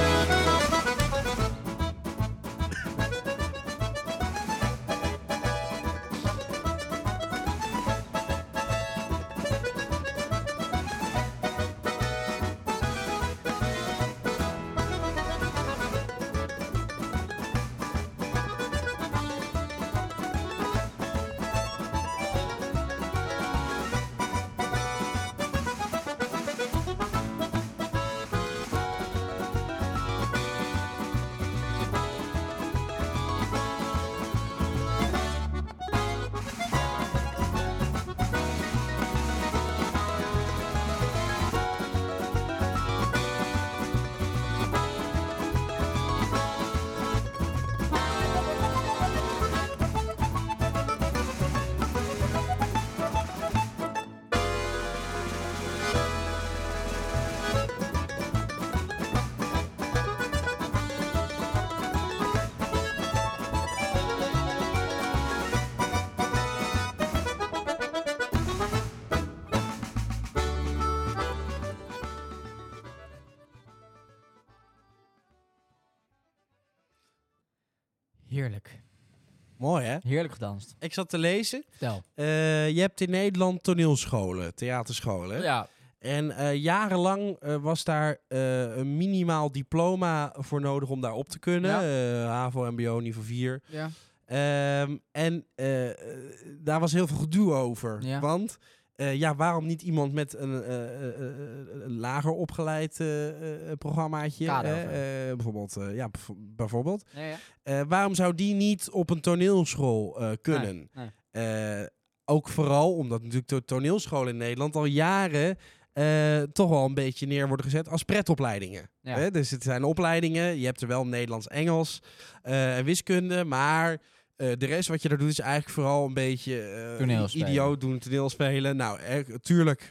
Heerlijk. Mooi, hè? Heerlijk gedanst. Ik zat te lezen. Vertel. Uh, je hebt in Nederland toneelscholen, theaterscholen. Ja. En uh, jarenlang uh, was daar uh, een minimaal diploma voor nodig om daar op te kunnen. Ja. Uh, HAVO, M B O, niveau vier. Ja. Um, en uh, daar was heel veel gedoe over. Ja. Want... Uh, ja, waarom niet iemand met een, uh, uh, uh, een lager opgeleid uh, uh, programmaatje? Uh, uh, bijvoorbeeld, uh, ja, b- bijvoorbeeld. Ja, ja. Uh, waarom zou die niet op een toneelschool uh, kunnen? Nee, nee. Uh, ook vooral omdat natuurlijk de toneelscholen in Nederland al jaren uh, toch wel een beetje neer worden gezet als pretopleidingen. Ja. Hè? Dus het zijn opleidingen. Je hebt er wel Nederlands, Engels uh, en wiskunde, maar... Uh, de rest wat je daar doet is eigenlijk vooral een beetje uh, idioot doen, toneelspelen. Nou, er, tuurlijk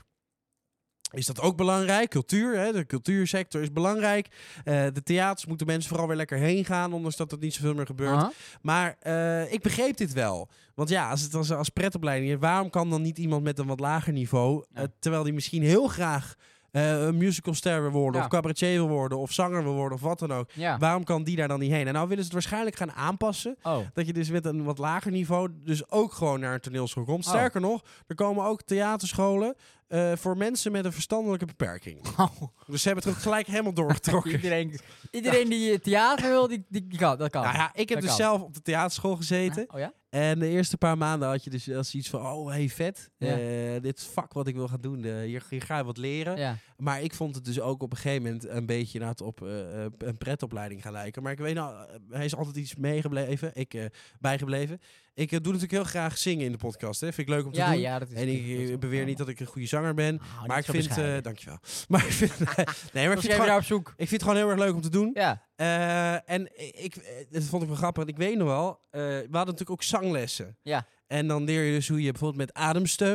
is dat ook belangrijk. Cultuur, hè, de cultuursector is belangrijk. Uh, de theaters moeten mensen vooral weer lekker heen gaan, ondanks dat er niet zoveel meer gebeurt. Uh-huh. Maar uh, ik begreep dit wel. Want ja, als het als, als pretopleiding is, waarom kan dan niet iemand met een wat lager niveau, ja. uh, terwijl die misschien heel graag... Uh, een musicalster wil worden, ja. of cabaretier wil worden, of zanger wil worden, of wat dan ook. Ja. Waarom kan die daar dan niet heen? En nou willen ze het waarschijnlijk gaan aanpassen. Oh. Dat je dus met een wat lager niveau dus ook gewoon naar een toneelschool komt. Oh. Sterker nog, er komen ook theaterscholen uh, voor mensen met een verstandelijke beperking. Oh. Dus ze hebben het ook gelijk helemaal doorgetrokken. iedereen iedereen ja. die theater wil, die, die, die kan, dat kan. Nou ja, ik heb dat dus kan. zelf op de theaterschool gezeten. Ja? Oh ja? En de eerste paar maanden had je dus als iets van, oh hey vet, ja. uh, dit is vak wat ik wil gaan doen. Uh, hier, hier ga je wat leren. Ja. Maar ik vond het dus ook op een gegeven moment een beetje naar het op uh, een pretopleiding gaan lijken. Maar ik weet nou, uh, hij is altijd iets meegebleven, ik uh, bijgebleven. Ik uh, doe natuurlijk heel graag zingen in de podcast. Hè. Vind ik leuk om te ja, doen. Ja, dat is en ik uh, beweer niet dat ik een goede zanger ben. Oh, maar ik vind... Uh, dankjewel. Maar ik vind... nee, maar ik vind, gewoon, op zoek. ik vind het gewoon heel erg leuk om te doen. Ja. Uh, en ik, dat vond ik wel grappig. Ik weet nog wel, uh, we hadden natuurlijk ook zanglessen. Ja. En dan leer je dus hoe je bijvoorbeeld met ademsteun...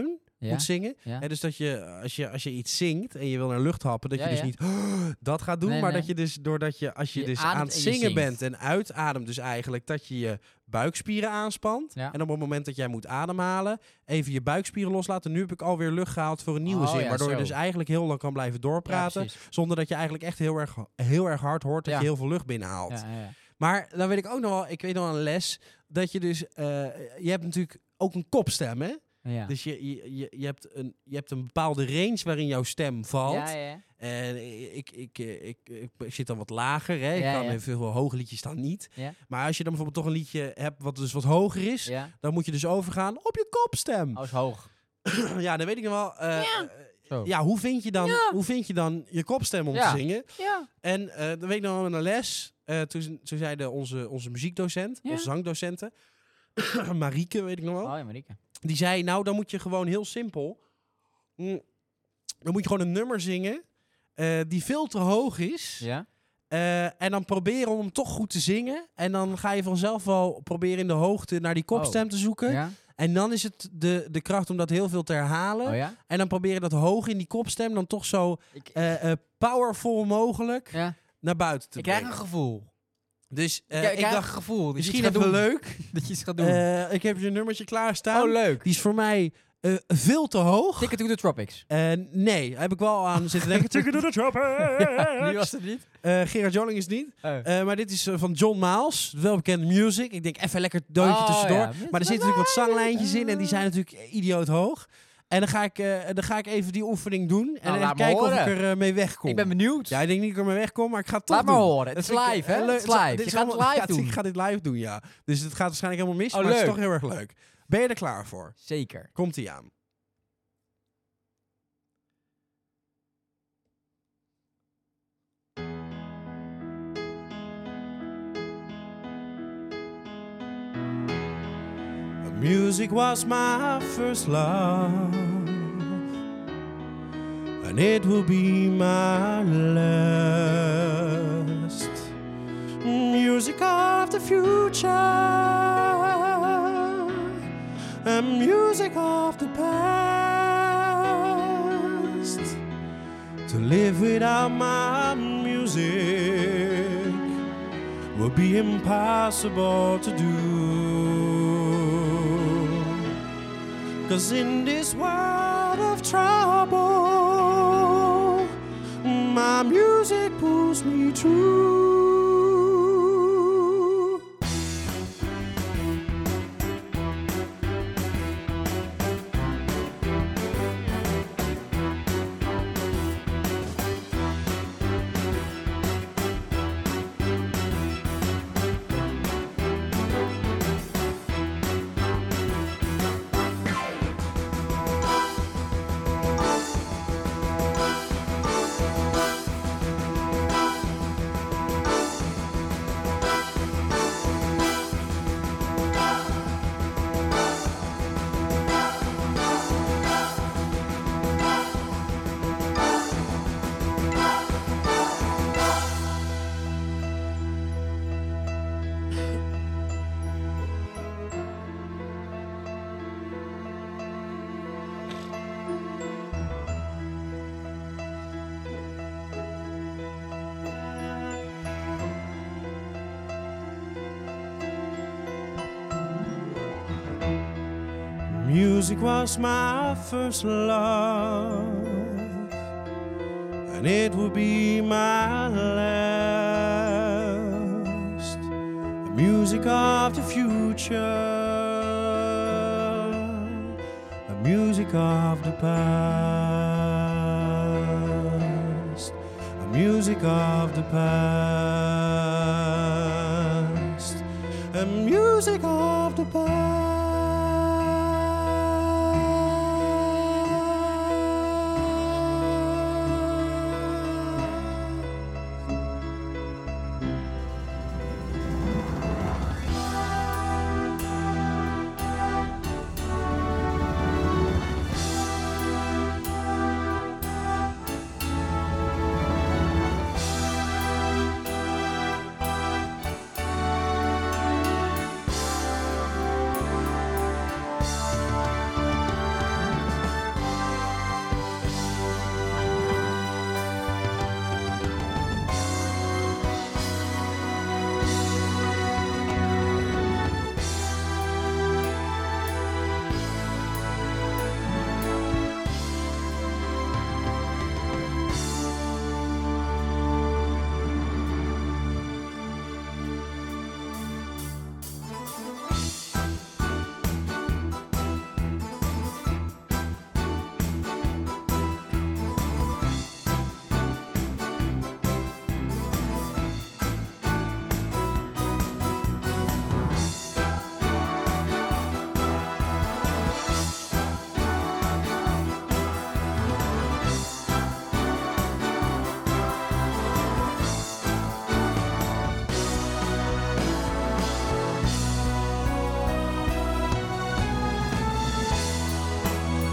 Ja. moet zingen. Ja. Hè, dus dat je als, je, als je iets zingt en je wil naar lucht happen, dat Ja, je dus ja. niet dat gaat doen, Nee, maar nee. dat je dus doordat je, als je, Je dus ademt aan het en je zingen zingt. bent en uitademt, dus eigenlijk dat je je buikspieren aanspant. Ja. En op het moment dat jij moet ademhalen, even je buikspieren loslaten. Nu heb ik alweer lucht gehaald voor een nieuwe Oh, zin, ja, waardoor je zo. dus eigenlijk heel lang kan blijven Ja, doorpraten, precies. zonder dat je eigenlijk echt heel erg, heel erg hard hoort dat Ja. je heel veel lucht binnenhaalt. Ja, ja, ja. Maar dan weet ik ook nog wel, ik weet nog wel een les, dat je dus, uh, je hebt natuurlijk ook een kopstem, hè? Ja. Dus je, je, je, je, hebt een, je hebt een bepaalde range waarin jouw stem valt. Ja, ja. En ik, ik, ik, ik, ik zit dan wat lager, hè? Ik Ja, kan ja. even veel hoge liedjes dan niet. Ja. Maar als je dan bijvoorbeeld toch een liedje hebt wat dus wat hoger is, Ja. dan moet je dus overgaan op je kopstem. Oh, is hoog. Ja, dan weet ik nog wel. eh, Ja. eh, Zo. ja, hoe vind je dan, Ja. hoe vind je dan je kopstem om Ja. te zingen? Ja. En eh dan weet ik nog wel in een les, eh, toen, toen zeiden onze, onze muziekdocent, Ja. onze zangdocenten, Marieke, weet ik nog wel. Oh ja, Marieke. Die zei, nou, dan moet je gewoon heel simpel... mm, dan moet je gewoon een nummer zingen eh, die veel te hoog is. Ja. Eh, en dan proberen om hem toch goed te zingen. En dan ga je vanzelf wel proberen in de hoogte naar die kopstem Oh. te zoeken. Ja. En dan is het de, de kracht om dat heel veel te herhalen. Oh ja? En dan proberen dat hoog in die kopstem dan toch zo Ik, eh, eh, powerful mogelijk ja. naar buiten te ik krijg brengen. een gevoel. Dus eh, ik, ik krijg dacht, een gevoel. Dat misschien je iets even gaat doen. leuk. Dat je iets gaat doen. Eh, ik heb je nummertje klaarstaan. oh, leuk. Die is voor mij eh, veel te hoog. Ticket to the Tropics. Eh, nee, heb ik wel aan zitten denken. Ticket to the Tropics. Die was het niet. Eh, Gerard Joling is niet. Oh. Eh, maar dit is eh, van John Miles. Welbekende music. Ik denk even lekker deuntje Oh, tussendoor. ja. Maar er zitten natuurlijk wat zanglijntjes in. En die zijn natuurlijk idioot hoog. En dan ga ik, eh, dan ga ik even die oefening doen. En Nou, even laat me kijken of horen. ik er eh, mee wegkom. Ik ben benieuwd. Ja, ik denk niet dat ik er mee wegkom, maar ik ga het toch Laat maar doen. horen. Het Dat is vind ik, live, eh, hè? leuk. Het is live. Dit Je is gaat het allemaal- live ja, doen. Ik ga dit live doen, ja. Dus het gaat waarschijnlijk helemaal mis, Oh, maar het is leuk. toch heel erg leuk. Ben je er klaar voor? Zeker. Komt-ie aan. Music was my first love, and it will be my last. Music of the future, and music of the past. To live without my music would be impossible to do. 'Cause in this world of trouble, my music pulls me through. Music was my first love, and it will be my last. The music of the future, the music of the past, the music of the past, the music of the past.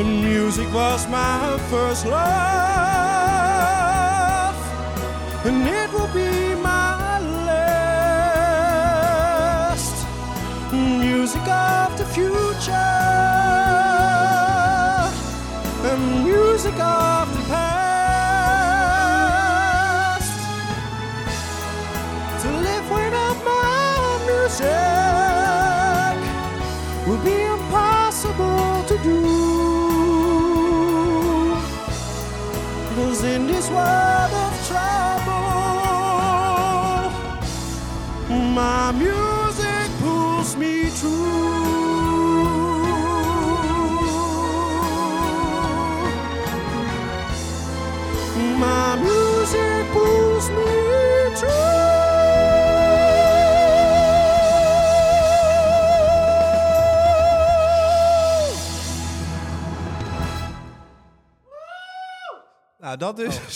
Music was my first love, and it will be my last. Music of the future, and music of the past. To live without my music will be impossible to do. Cause in this world of trouble, my music pulls me through. My music pulls me through. Nou, dat dus. Oh.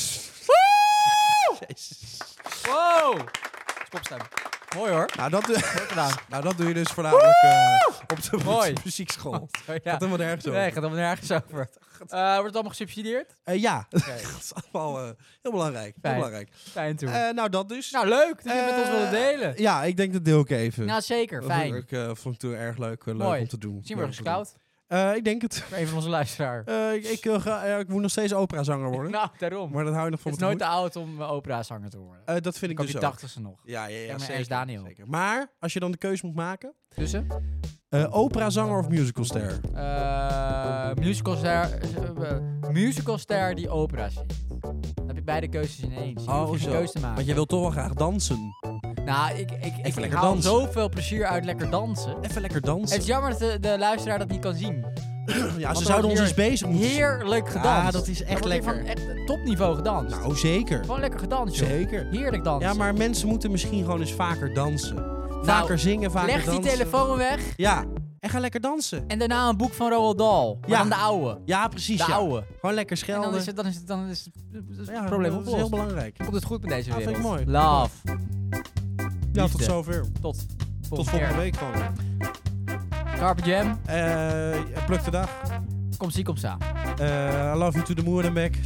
Jezus. Wow! Stopstem. Mooi hoor. Nou, dat, doe- Mooi gedaan. nou, dat doe je dus voornamelijk uh, op de Mooi. muziekschool. Oh, ja. Gaat helemaal nergens over. Nee, gaat helemaal nergens over. Uh, wordt het allemaal gesubsidieerd? Uh, ja, Okay. dat is allemaal uh, heel belangrijk. Fijn. Heel belangrijk. Fijn toe. Uh, nou, dat dus. nou, leuk dat je het met ons Uh, wilde delen. Ja, ik denk dat deel ik even. Nou, zeker. Dat Fijn. vond ik, uh, vond ik toen erg leuk, uh, leuk Mooi. om te doen. Misschien word je Leuk om te gescout. doen. Uh, ik denk het. Voor een van onze luisteraars. Uh, ik, ik, uh, ga, uh, ik moet nog steeds operazanger worden. Nou, daarom. Maar dat hou je nog voor Het me is te nooit te oud om uh, operazanger te worden. goed. Uh, dat vind ik Op dus je ook. tachtigste nog. Ja, ja, ja. Ja, maar zeker, Ernst Daniel. zeker. Maar als je dan de keuze moet maken, Tussen? uh, operazanger of musicalster? Uh, musicalster, uh, musicalster die opera zingt. Dan heb je beide keuzes ineens. Je Oh, hoeft geen zo. keuze te maken. Want je wilt toch wel graag dansen. Nou, ik, ik, ik, ik lekker haal dansen. zoveel plezier uit lekker dansen. Even lekker dansen. Het is jammer dat de, de luisteraar dat niet kan zien. Ja, Want ze er zouden wordt ons eens hier bezig moeten zien. Heerlijk gedanst. Ja, dat is Er echt wordt hier lekker. van echt topniveau gedanst. Nou, zeker. Gewoon lekker gedanst, joh. Zeker. Heerlijk dansen. Ja, maar mensen moeten misschien gewoon eens vaker dansen. Vaker zingen, vaker leg dansen. die telefoon weg Ja, en ga lekker dansen. en daarna een boek van Roald Dahl. Maar Ja. dan de oude. Ja, precies. De ja. oude. Gewoon lekker En schelden. dan is het, dan is het, dan is het, het ja, probleem dat is opgelost. heel belangrijk. Komt het goed met deze Ja, wereld. vind ik mooi. Love. Ja, tot Liefde. zover. Tot Tot volgende, volgende keer. week gewoon. Carpe Jam. Eh pluk de dag. Kom zie, kom sa. Eh I love you to the moon and back.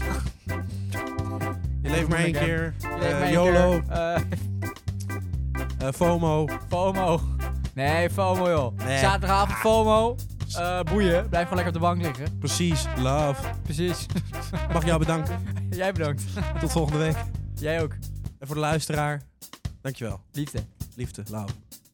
Je leeft maar één keer. Eh, Uh, YOLO. Uh, Eh, FOMO. FOMO. Nee, FOMO joh. Nee. Zaterdagavond FOMO. Uh, boeien. Blijf gewoon lekker op de bank liggen. Precies. Love. Precies. Mag ik jou bedanken. Jij bedankt. Tot volgende week. Jij ook. En voor de luisteraar, dankjewel. Liefde. Liefde. Love.